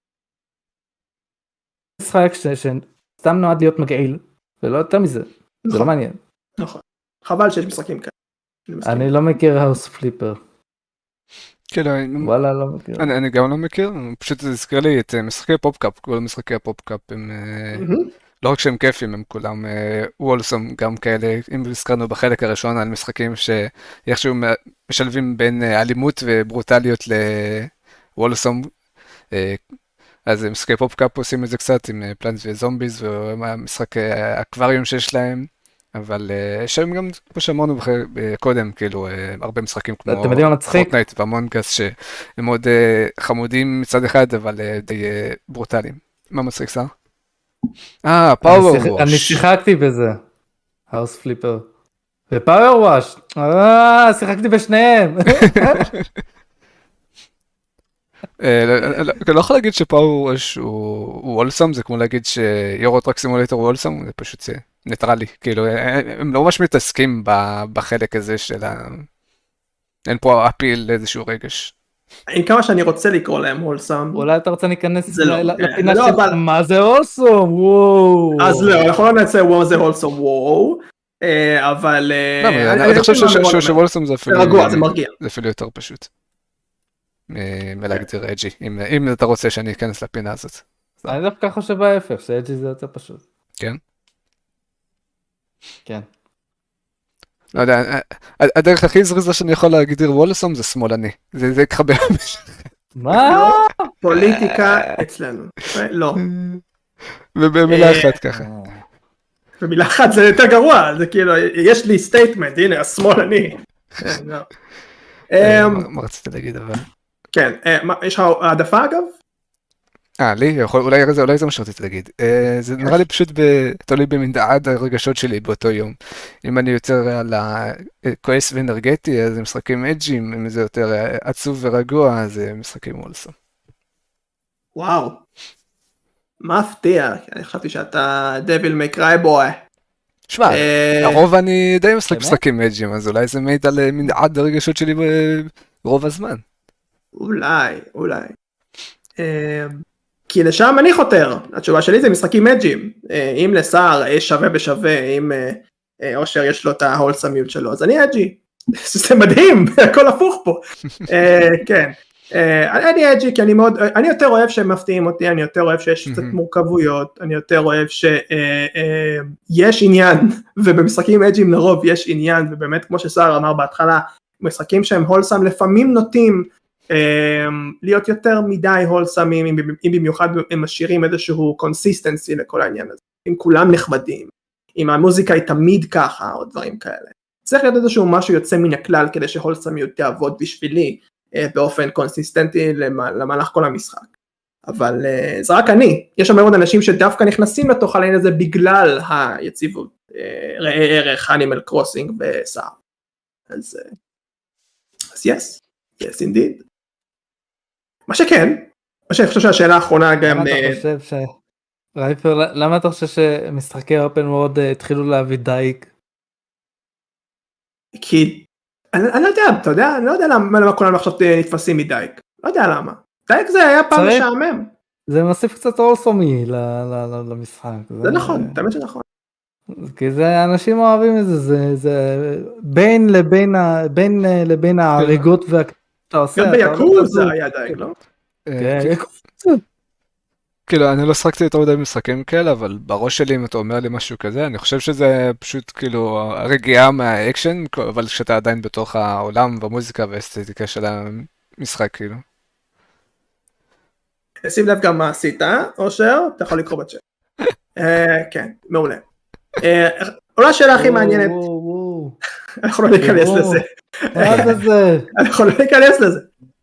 משחק שסתם נועד להיות מגעיל, ולא יותר מזה, זה לא מעניין. נכון, חבל שיש משחקים כאלה. אני לא מכיר האוס פליפר. וואלה, לא מכיר. אני גם לא מכיר, פשוט זה הזכיר לי את משחקי פופקאפ, כל משחקי הפופקאפ הם... לא רק שהם כיפים, הם כולם וולסום גם כאלה, אם הזכרנו בחלק הראשון על משחקים שאיכשהו משלבים בין אלימות וברוטליות לוולסום, אז משחקי פופקאפ עושים את זה קצת עם פלנט וזומביז והמשחק האקווריום שיש להם, אבל יש שם גם, כמו שאמרנו קודם, כאילו הרבה משחקים כמו פורטנייט והמונגס שהם מאוד חמודים מצד אחד, אבל די ברוטליים. מה מצחיק שר? פאוור וואש. אני שיחקתי בזה. האוס פליפר. ופאוור וואש. שיחקתי בשניהם. אני לא יכול להגיד שפאוור וואש הוא וולסום, זה כמו להגיד שיורו טראק סימולטור הוא וולסום, זה פשוט ניטרלי. כאילו, הם לא ממש מתעסקים בחלק הזה של אין פה אפיל לאיזשהו רגש. עם כמה שאני רוצה לקרוא להם הולסום. אולי אתה רוצה להיכנס לפינה של מה זה הולסום, וואו. אז לא, אנחנו לא נעשה מה זה הולסום, וואו. אבל... אני חושב שוולסום זה אפילו... רגוע, זה מרגיע. זה אפילו יותר פשוט. מלהגדיר אג'י, אם אתה רוצה שאני אכנס לפינה הזאת. אני דווקא חושב ההפך, שאג'י זה יותר פשוט. כן? כן. לא יודע, הדרך הכי זריזה שאני יכול להגדיר וולסום זה שמאלני. זה יקחה מה? פוליטיקה אצלנו. לא. ובמילה אחת ככה. במילה אחת זה יותר גרוע, זה כאילו, יש לי סטייטמנט, הנה, השמאלני. מה רצית להגיד אבל? כן, יש לך העדפה אגב? לי? אולי זה מה שרציתי להגיד. זה נראה לי פשוט תלוי במנעד הרגשות שלי באותו יום. אם אני יותר על הכועס ואנרגטי, אז זה משחקים אג'ים, אם זה יותר עצוב ורגוע, אז זה משחקים וולסום. וואו. מפתיע, אני חשבתי שאתה דביל מקראי בוי. שמע, הרוב אני די משחק משחקים אג'ים, אז אולי זה מעיד על מנעד הרגשות שלי ברוב הזמן. אולי. כי לשם אני חותר, התשובה שלי זה משחקים אג'ים, אם לסער יש שווה בשווה, אם אושר יש לו את ההולסמיות שלו, אז אני אג'י, זה מדהים, הכל הפוך פה, כן, אני אג'י כי אני יותר אוהב שהם מפתיעים אותי, אני יותר אוהב שיש קצת מורכבויות, אני יותר אוהב שיש עניין, ובמשחקים אג'ים לרוב יש עניין, ובאמת כמו שסער אמר בהתחלה, משחקים שהם הולסם לפעמים נוטים, להיות יותר מדי הולסמים, אם במיוחד הם משאירים איזשהו קונסיסטנסי לכל העניין הזה, אם כולם נחמדים, אם המוזיקה היא תמיד ככה או דברים כאלה, צריך להיות איזשהו משהו יוצא מן הכלל כדי שהולסמיות תעבוד בשבילי באופן קונסיסטנטי למהלך כל המשחק, אבל זה רק אני, יש שם מאוד אנשים שדווקא נכנסים לתוך העניין הזה בגלל היציבות, ראה ערך אנימל קרוסינג וסער, אז yes indeed. מה שכן, מה שאני חושב שהשאלה האחרונה גם... למה אתה חושב שמשחקי אופן וורד התחילו להביא דייק? כי, אני לא יודע, אתה יודע, אני לא יודע למה כולנו עכשיו נתפסים מדייק, לא יודע למה, דייק זה היה פעם משעמם. זה מוסיף קצת אורסומי למשחק. זה נכון, תמיד שנכון. כי זה אנשים אוהבים את זה, זה בין לבין ההריגות והקטע עושה. גם ביקוז זה היה דייק, לא? כאילו, אני לא שחקתי יותר מדי משחקים כאלה, אבל בראש שלי, אם אתה אומר לי משהו כזה, אני חושב שזה פשוט כאילו הרגיעה מהאקשן, אבל כשאתה עדיין בתוך העולם והמוזיקה והאסתטיקה של המשחק, כאילו. שים לב גם מה עשית, אושר, אתה יכול לקרוא בצ'אט. כן, מעולה. אולי השאלה הכי מעניינת, אנחנו לא ניכנס לזה. אנחנו לא ניכנס לזה.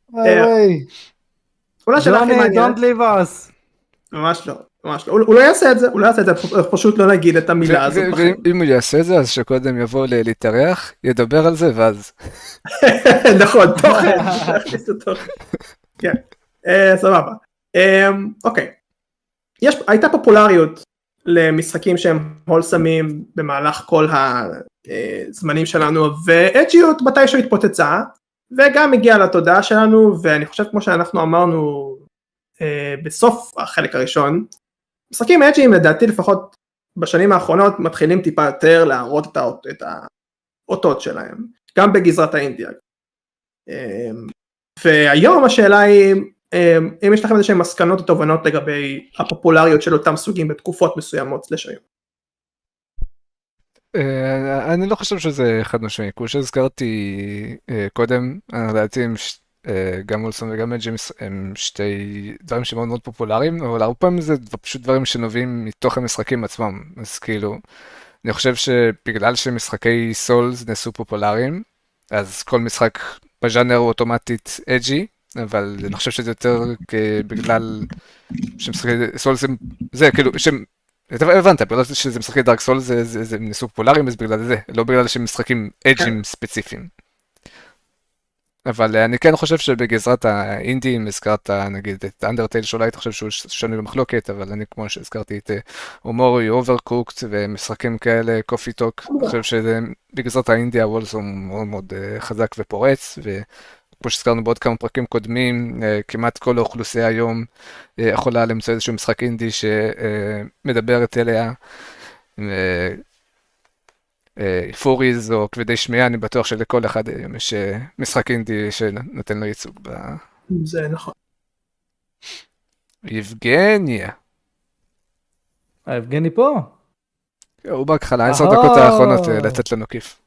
אולי השאלה הכי מעניינת. Don't leave us. ממש לא, ממש לא. הוא לא יעשה את זה, פשוט לא נגיד את המילה הזאת. אם הוא יעשה את זה, אז שקודם יבוא להתארח, ידבר על זה, ואז... נכון, תוכן. כן, סבבה. אוקיי. הייתה פופולריות למשחקים שהם הולסמים במהלך כל הזמנים שלנו, ואג'יות מתישהו התפוצצה, וגם הגיעה לתודעה שלנו, ואני חושב כמו שאנחנו אמרנו בסוף החלק הראשון, משחקים אג'יים לדעתי לפחות בשנים האחרונות מתחילים טיפה יותר להראות את האותות שלהם, גם בגזרת האינדיה. והיום השאלה היא, אם יש לכם איזושהי מסקנות או תובנות לגבי הפופולריות של אותם סוגים בתקופות מסוימות לשם. אני לא חושב שזה חד משמעי, כמו שהזכרתי קודם, לדעתי גם וולסום וגם אג'ים הם שתי דברים שמאוד מאוד פופולריים, אבל הרבה פעמים זה פשוט דברים שנובעים מתוך המשחקים עצמם, אז כאילו, אני חושב שבגלל שמשחקי סולס נעשו פופולריים, אז כל משחק בז'אנר הוא אוטומטית אג'י, אבל אני חושב שזה יותר בגלל שמשחקי סולס זה כאילו, הבנת, בגלל שזה משחקי דארק סולס זה נעשו פופולריים, אז בגלל זה, לא בגלל שהם משחקים אג'ים ספציפיים. אבל אני כן חושב שבגזרת האינדי, אם הזכרת נגיד את אנדרטייל שאולי אתה חושב שהוא שונה במחלוקת, אבל אני כמו שהזכרתי את אומורי, אוברקוקט ומשחקים כאלה, קופי טוק, אני חושב שבגזרת האינדי הוולס הוא מאוד מאוד חזק ופורץ, וכמו שהזכרנו בעוד כמה פרקים קודמים, כמעט כל האוכלוסייה היום יכולה למצוא איזשהו משחק אינדי שמדברת אליה, פוריז או כבדי שמיעה, אני בטוח שלכל אחד יש משחק אינדי שנותן לו ייצוג. זה נכון. יבגניה. יבגני פה? הוא בהתחלה, 10 דקות האחרונות לתת לנו כיף.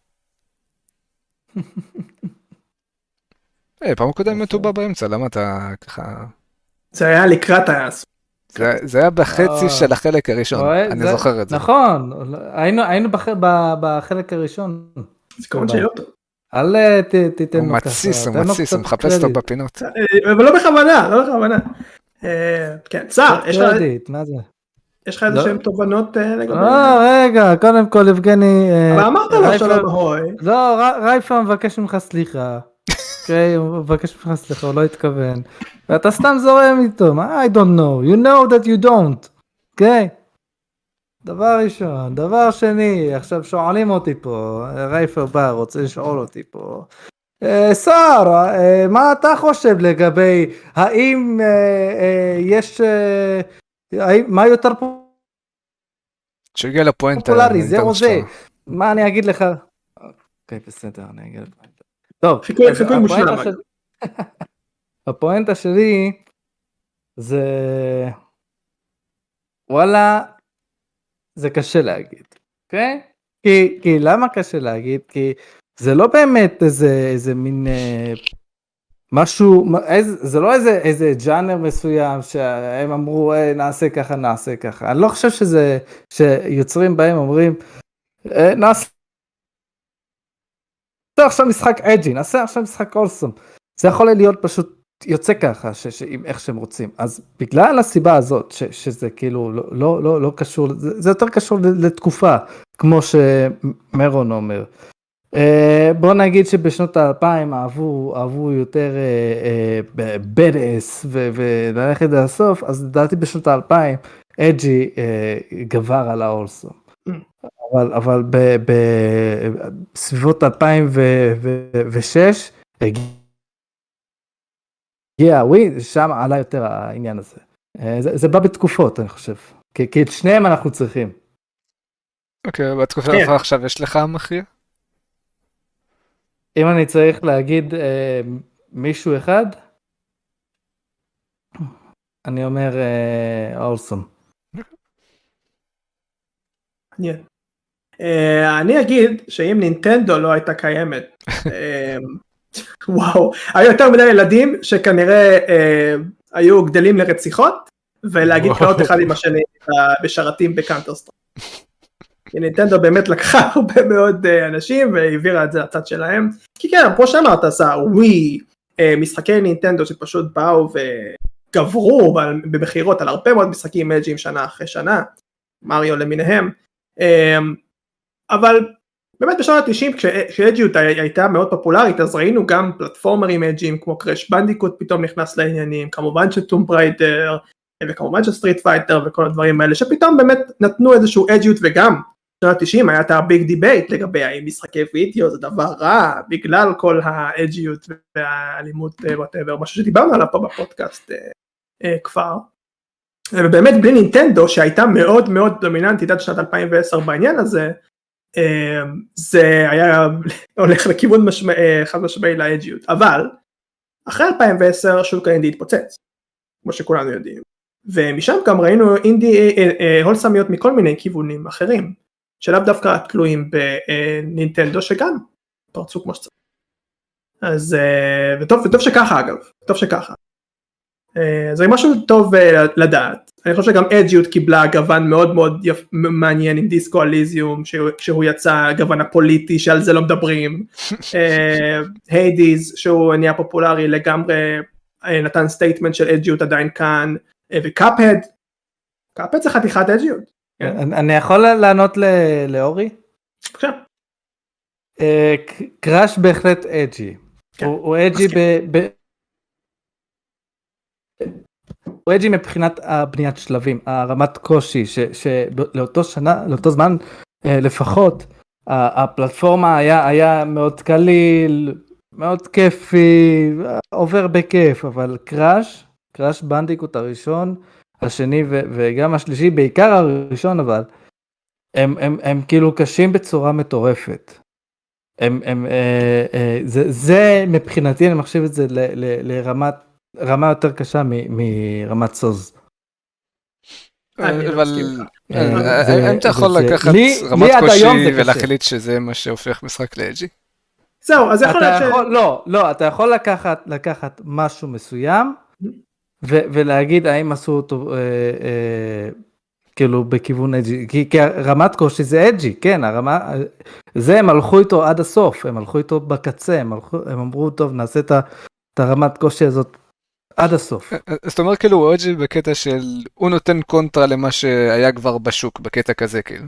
פעם קודם הוא בא באמצע, למה אתה ככה... זה היה לקראת זה היה בחצי של החלק הראשון, אני זוכר את זה. נכון, היינו בחלק הראשון. זה כמובן שאלות טוב. אל תיתן הוא לו ככה. מתסיס, הוא מחפש אותו בפינות. אבל לא בכוונה. כן, צער, יש לך איזה שהם תובנות לגבי... רגע, קודם כל יבגני... אבל אמרת לו שלום אהוי. לא, רייפה מבקש ממך סליחה. אוקיי, הוא מבקש ממך סליחה, הוא לא התכוון. ואתה סתם זורם איתו, I don't know, you know that you don't. אוקיי? דבר ראשון. דבר שני, עכשיו שואלים אותי פה, רייפה בא, רוצה לשאול אותי פה. שר, מה אתה חושב לגבי, האם יש, מה יותר שהגיע לפואנטה. פופולרי, זה או זה, מה אני אגיד לך? אוקיי, בסדר, אני אגיד לך. טוב, חיקוי מושלם. הפואנטה שלי, זה, וואלה, זה קשה להגיד, אוקיי? כי למה קשה להגיד? כי זה לא באמת איזה מין משהו, זה לא איזה ג'אנר מסוים שהם אמרו נעשה ככה. אני לא חושב שיוצרים בהם אומרים נעשה עכשיו משחק אג'י, נעשה עכשיו משחק אולסום. זה יכול להיות פשוט יוצא ככה, עם איך שהם רוצים. אז בגלל הסיבה הזאת, שזה כאילו לא קשור, זה יותר קשור לתקופה, כמו שמרון אומר. בוא נגיד שבשנות ה-2000 אהבו יותר בדאס וללכת עד הסוף, אז לדעתי בשנות ה-2000 אג'י גבר על האולסום. אבל בסביבות 2006 שם עלה יותר העניין הזה. זה בא בתקופות, אני חושב. כי את שניהם אנחנו צריכים. אוקיי, בתקופה שלך עכשיו יש לך מכריע? אם אני צריך להגיד מישהו אחד, אני אומר אולסום. אני אגיד שאם נינטנדו לא הייתה קיימת, וואו, היו יותר מדי ילדים שכנראה היו גדלים לרציחות, ולהגיד קלעות אחד עם השני בשרתים בקאנטר-סטרייק. כי נינטנדו באמת לקחה הרבה מאוד אנשים והעבירה את זה לצד שלהם, כי כן, כמו שאמרת, עשה ווי, משחקי נינטנדו שפשוט באו וגברו במחירות על הרבה מאוד משחקים אג'ים שנה אחרי שנה, מריו למיניהם, אבל באמת בשנות ה-90 כשאג'יות הייתה מאוד פופולרית, אז ראינו גם פלטפורמרים אג'ים כמו קראש בנדיקוט פתאום נכנס לעניינים, כמובן שטום בריידר, וכמובן שסטריט פייטר וכל הדברים האלה, שפתאום באמת נתנו איזשהו אג'יות, וגם בשנות ה-90 היה את הביג דיבייט לגבי האם משחקי וידאו זה דבר רע, בגלל כל האג'יות והאלימות, משהו שדיברנו עליו פה בפודקאסט כבר. ובאמת בלי נינטנדו שהייתה מאוד מאוד דומיננטית עד שנת 2010 בעניין הזה, זה היה הולך לכיוון חד משמעי לאג'יות, אבל אחרי 2010 שוק האינדי התפוצץ, כמו שכולנו יודעים, ומשם גם ראינו אינדי הולסמיות מכל מיני כיוונים אחרים, שלאו דווקא תלויים בנינטנדו שגם פרצו כמו שצריך. אז, וטוב שככה אגב, טוב שככה. זה משהו טוב לדעת. אני חושב שגם אג'יות קיבלה גוון מאוד מאוד מעניין עם דיסקו אליזיום, כשהוא יצא גוון הפוליטי שעל זה לא מדברים. היידיז שהוא נהיה פופולרי לגמרי, נתן סטייטמנט של אג'יות עדיין כאן, וקאפהד, קאפהד זה חתיכת אג'יות. אני יכול לענות לאורי? בבקשה. קראש בהחלט אג'י. הוא אג'י הוא אג'י מבחינת הבניית שלבים, הרמת קושי, לאותו זמן לפחות, הפלטפורמה היה מאוד קליל, מאוד כיפי, עובר בכיף, אבל קראש בנדיקוט הראשון, השני וגם השלישי, בעיקר הראשון אבל, הם כאילו קשים בצורה מטורפת. זה מבחינתי, אני מחשיב את זה רמה יותר קשה מרמת סוז. אבל אם אתה יכול לקחת רמת קושי ולהחליט שזה מה שהופך משחק לאג'י? זהו, אז יכול להיות לא, אתה יכול לקחת משהו מסוים ולהגיד האם עשו אותו כאילו בכיוון אג'י, כי רמת קושי זה אג'י, כן, זה הם הלכו איתו עד הסוף, הם הלכו איתו בקצה, הם אמרו טוב נעשה את הרמת קושי הזאת עד הסוף. אז אתה אומר כאילו הוא אג'י בקטע של הוא נותן קונטרה למה שהיה כבר בשוק, בקטע כזה כאילו.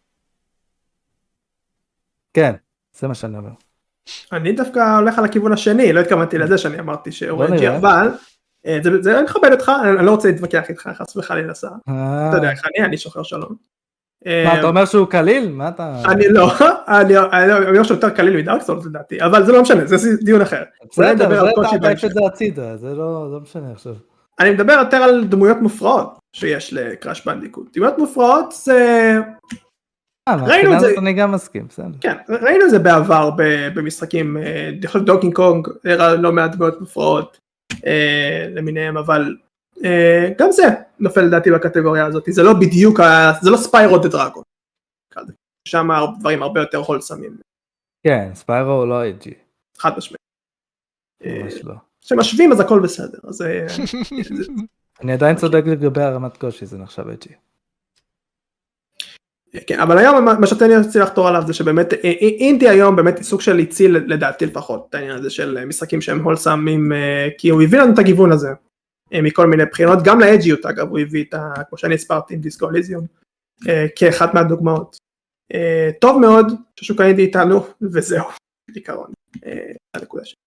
כן, זה מה שאני אומר. אני דווקא הולך על הכיוון השני, לא התכוונתי לזה שאני אמרתי שהוא אג'י, נראה. אבל זה אני מכבד אותך, אני לא רוצה להתווכח איתך, חס וחלילה שר. אתה יודע איך אני שוחר שלום. מה, אתה אומר שהוא קליל? מה אתה... אני לא, אני אומר שהוא יותר קליל מדארק סולס לדעתי, אבל זה לא משנה, זה דיון אחר. בסדר, אתה עדיף את זה הצידה, זה לא משנה עכשיו. אני מדבר יותר על דמויות מופרעות שיש לקראש בנדיקוט. דמויות מופרעות זה... ראינו את זה. אני גם מסכים, בסדר. כן, ראינו את זה בעבר במשחקים, דוקינג קונג, הראה לא מעט דמויות מופרעות למיניהם, אבל גם זה נופל לדעתי בקטגוריה הזאת, זה לא בדיוק, זה לא ספיירו דה דרגון. שם דברים הרבה יותר הולסמים. כן, ספיירו הוא לא אג'י. חד משמעית. ממש לא. כשמשווים אז הכל בסדר. אני עדיין צודק לגבי הרמת קושי, זה נחשב אג'י. כן, אבל היום מה שאתה רוצה לחתור עליו זה שבאמת אינדי היום באמת סוג של הציל לדעתי לפחות את העניין הזה של משחקים שהם הולסמים, כי הוא הביא לנו את הגיוון הזה מכל מיני בחינות, גם לאג'יות אגב הוא הביא את כמו שאני הסברתי עם דיסקו אליזיום כאחת מהדוגמאות. טוב מאוד ששוק האינדי איתנו וזהו בעיקרון. הנקודה שלי.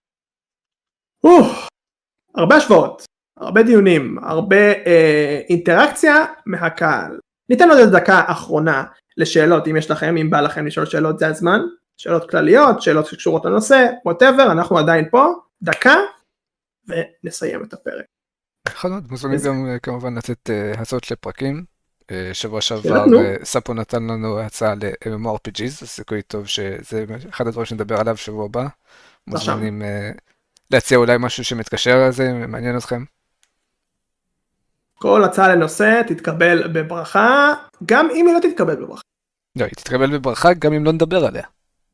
הרבה השוואות, הרבה דיונים, הרבה אינטראקציה מהקהל. ניתן עוד דקה אחרונה לשאלות, אם יש לכם, אם בא לכם לשאול שאלות זה הזמן, שאלות כלליות, שאלות שקשורות לנושא, whatever, אנחנו עדיין פה, דקה, ונסיים את הפרק. חלוד, מוזמנים גם כמובן לתת הצעות לפרקים, שבוע שעבר ספו נתן לנו הצעה ל-MMORPGs, אז סיכוי טוב שזה אחד הדברים שנדבר עליו שבוע הבא, מוזמנים להציע אולי משהו שמתקשר לזה, מעניין אתכם. כל הצעה לנושא תתקבל בברכה, גם אם היא לא תתקבל בברכה. לא, היא תתקבל בברכה גם אם לא נדבר עליה.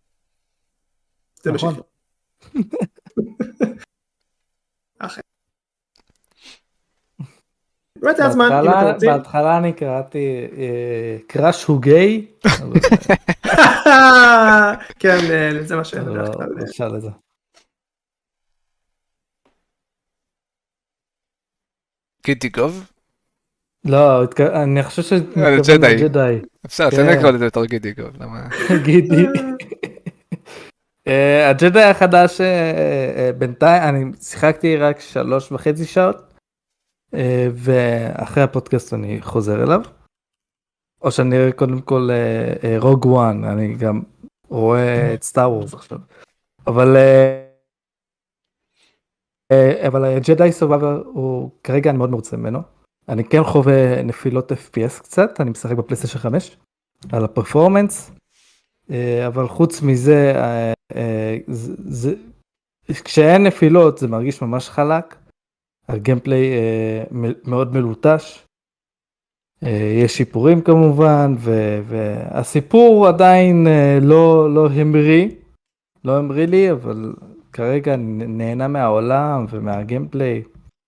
זה בשביל. אחרי. באמת זה הזמן, אם אתם רוצים. בהתחלה אני קראתי קראש הוא גיי. כן, זה מה שאני לא אפשר לזה. גידיגוב? לא, אני חושב שמתכוון לג'די. אפשר, תן לקרוא לזה יותר גידיגוב, למה? גידי. הג'די החדש, בינתיים, אני שיחקתי רק 3.5 שעות, ואחרי הפודקאסט אני חוזר אליו. או שאני אראה קודם כל רוג וואן, אני גם רואה את סטאר וורס עכשיו. אבל ג'די סובייבר הוא כרגע אני מאוד מרוצה ממנו. אני כן חווה נפילות FPS קצת, אני משחק בפלייסטיישן 5 על הפרפורמנס, אבל חוץ מזה, כשאין נפילות זה מרגיש ממש חלק, הגיימפליי מאוד מלוטש, יש שיפורים כמובן, והסיפור עדיין לא המריא לי, אבל כרגע נהנה מהעולם ומהגיימפליי.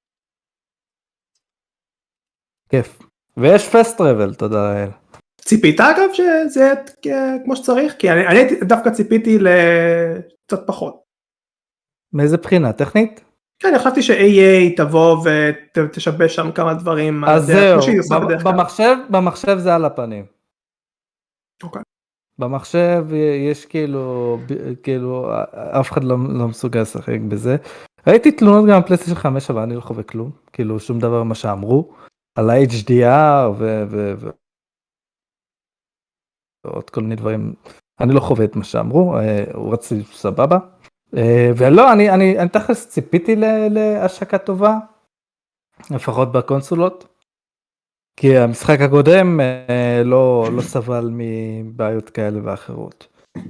כיף. ויש פסט טראבל, תודה לאל. ציפית אגב שזה כמו שצריך? כי אני דווקא ציפיתי לקצת פחות. מאיזה בחינה? טכנית? כן, אני חשבתי ש-AA תבוא ותשבש שם כמה דברים. אז זהו, במחשב זה על הפנים. אוקיי. במחשב יש כאילו אף אחד לא מסוגל לשחק בזה. ראיתי תלונות גם על פלייסטיישן 5 אבל אני לא חווה כלום, כאילו שום דבר מה שאמרו על ה-HDR ועוד כל מיני דברים, אני לא חווה את מה שאמרו, הוא רצי סבבה. ולא, אני תכלס ציפיתי להשקה טובה, לפחות בקונסולות. כי המשחק הקודם לא סבל מבעיות כאלה ואחרות.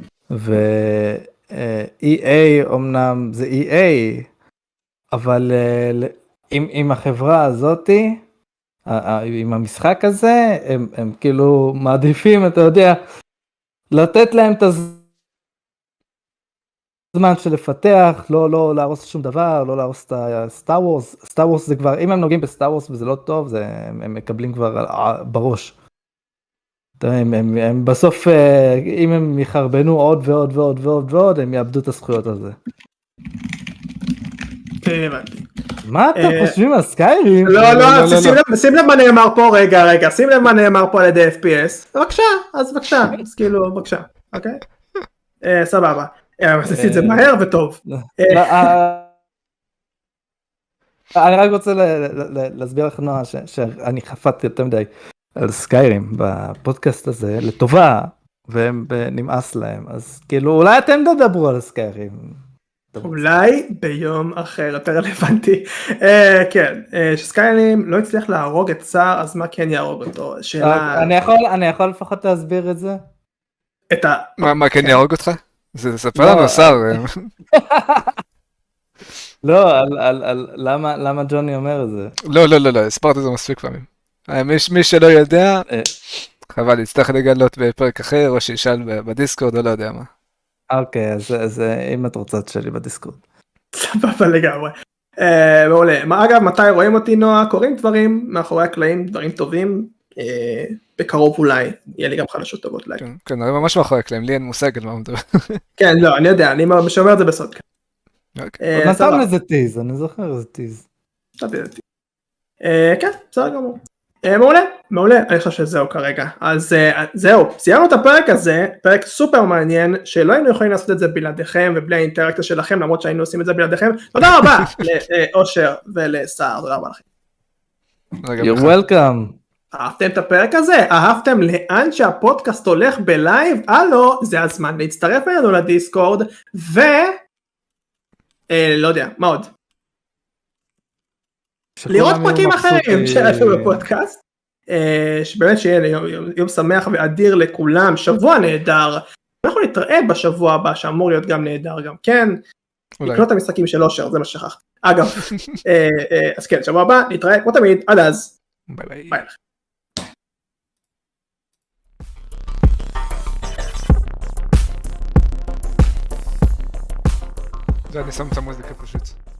ו-EA אמנם זה EA, אבל עם החברה הזאתי, עם המשחק הזה, הם כאילו מעדיפים, אתה יודע, לתת להם את זמן של לפתח, לא להרוס שום דבר, לא להרוס את הסטאר וורס. סטאר וורס זה כבר, אם הם נוגעים בסטאר וורס וזה לא טוב, הם מקבלים כבר בראש. הם בסוף, אם הם יחרבנו עוד ועוד ועוד ועוד ועוד, הם יאבדו את הזכויות על זה. הבנתי. מה אתם חושבים על סקיירים? לא, שים לב מה נאמר פה, רגע, שים לב מה נאמר פה על ידי FPS. בבקשה, אז כאילו, בבקשה, אוקיי? סבבה. עשיתי את זה מהר וטוב. אני רק רוצה להסביר לך נועה שאני חפרתי יותר מדי על סקיירים בפודקאסט הזה לטובה והם נמאס להם, אז כאילו אולי אתם תדברו על סקיירים. אולי ביום אחר יותר רלוונטי. כן, שסקיירים לא הצליח להרוג את סער, אז מה כן יהרוג אותו? שאלה... אני יכול לפחות להסביר את זה? מה כן יהרוג אותך? זה ספר לנו סער. לא, למה ג'וני אומר את זה? לא, הספרת את זה מספיק פעמים. מי שלא יודע, חבל, יצטרך לגלות בפרק אחר, או שישאל בדיסקורד, או לא יודע מה. אוקיי, אז אם את רוצה תשאלי בדיסקורד. סבבה לגמרי. מעולה. אגב, מתי רואים אותי נועה? קוראים דברים מאחורי הקלעים, דברים טובים. בקרוב אולי, יהיה לי גם חדשות טובות אולי. כן, הרי ממש מאחורי הקלעים, לי אין מושג על מה מדבר. כן, לא, אני יודע, אני שומר את זה בסוד. נתן לזה טיז, אני זוכר איזה טיז. כן, בסדר גמור. מעולה, אני חושב שזהו כרגע. אז זהו, סיימנו את הפרק הזה, פרק סופר מעניין, שלא היינו יכולים לעשות את זה בלעדיכם ובלי האינטראקציה שלכם, למרות שהיינו עושים את זה בלעדיכם. תודה רבה לאושר ולסער, תודה רבה לכם. You're welcome. אהבתם את הפרק הזה? אהבתם לאן שהפודקאסט הולך בלייב? הלו, זה הזמן להצטרף אלינו לדיסקורד, לא יודע, מה עוד? לראות פרקים אחרים שעשו בפודקאסט, שבאמת שיהיה יום שמח ואדיר לכולם, שבוע נהדר, אנחנו נתראה בשבוע הבא שאמור להיות גם נהדר גם כן, לקנות את המשחקים של אושר, זה מה ששכחת. אגב, אז כן, שבוע הבא נתראה כמו תמיד, עד אז, ביי. ביי. אני שם את המוזיקה פשוט.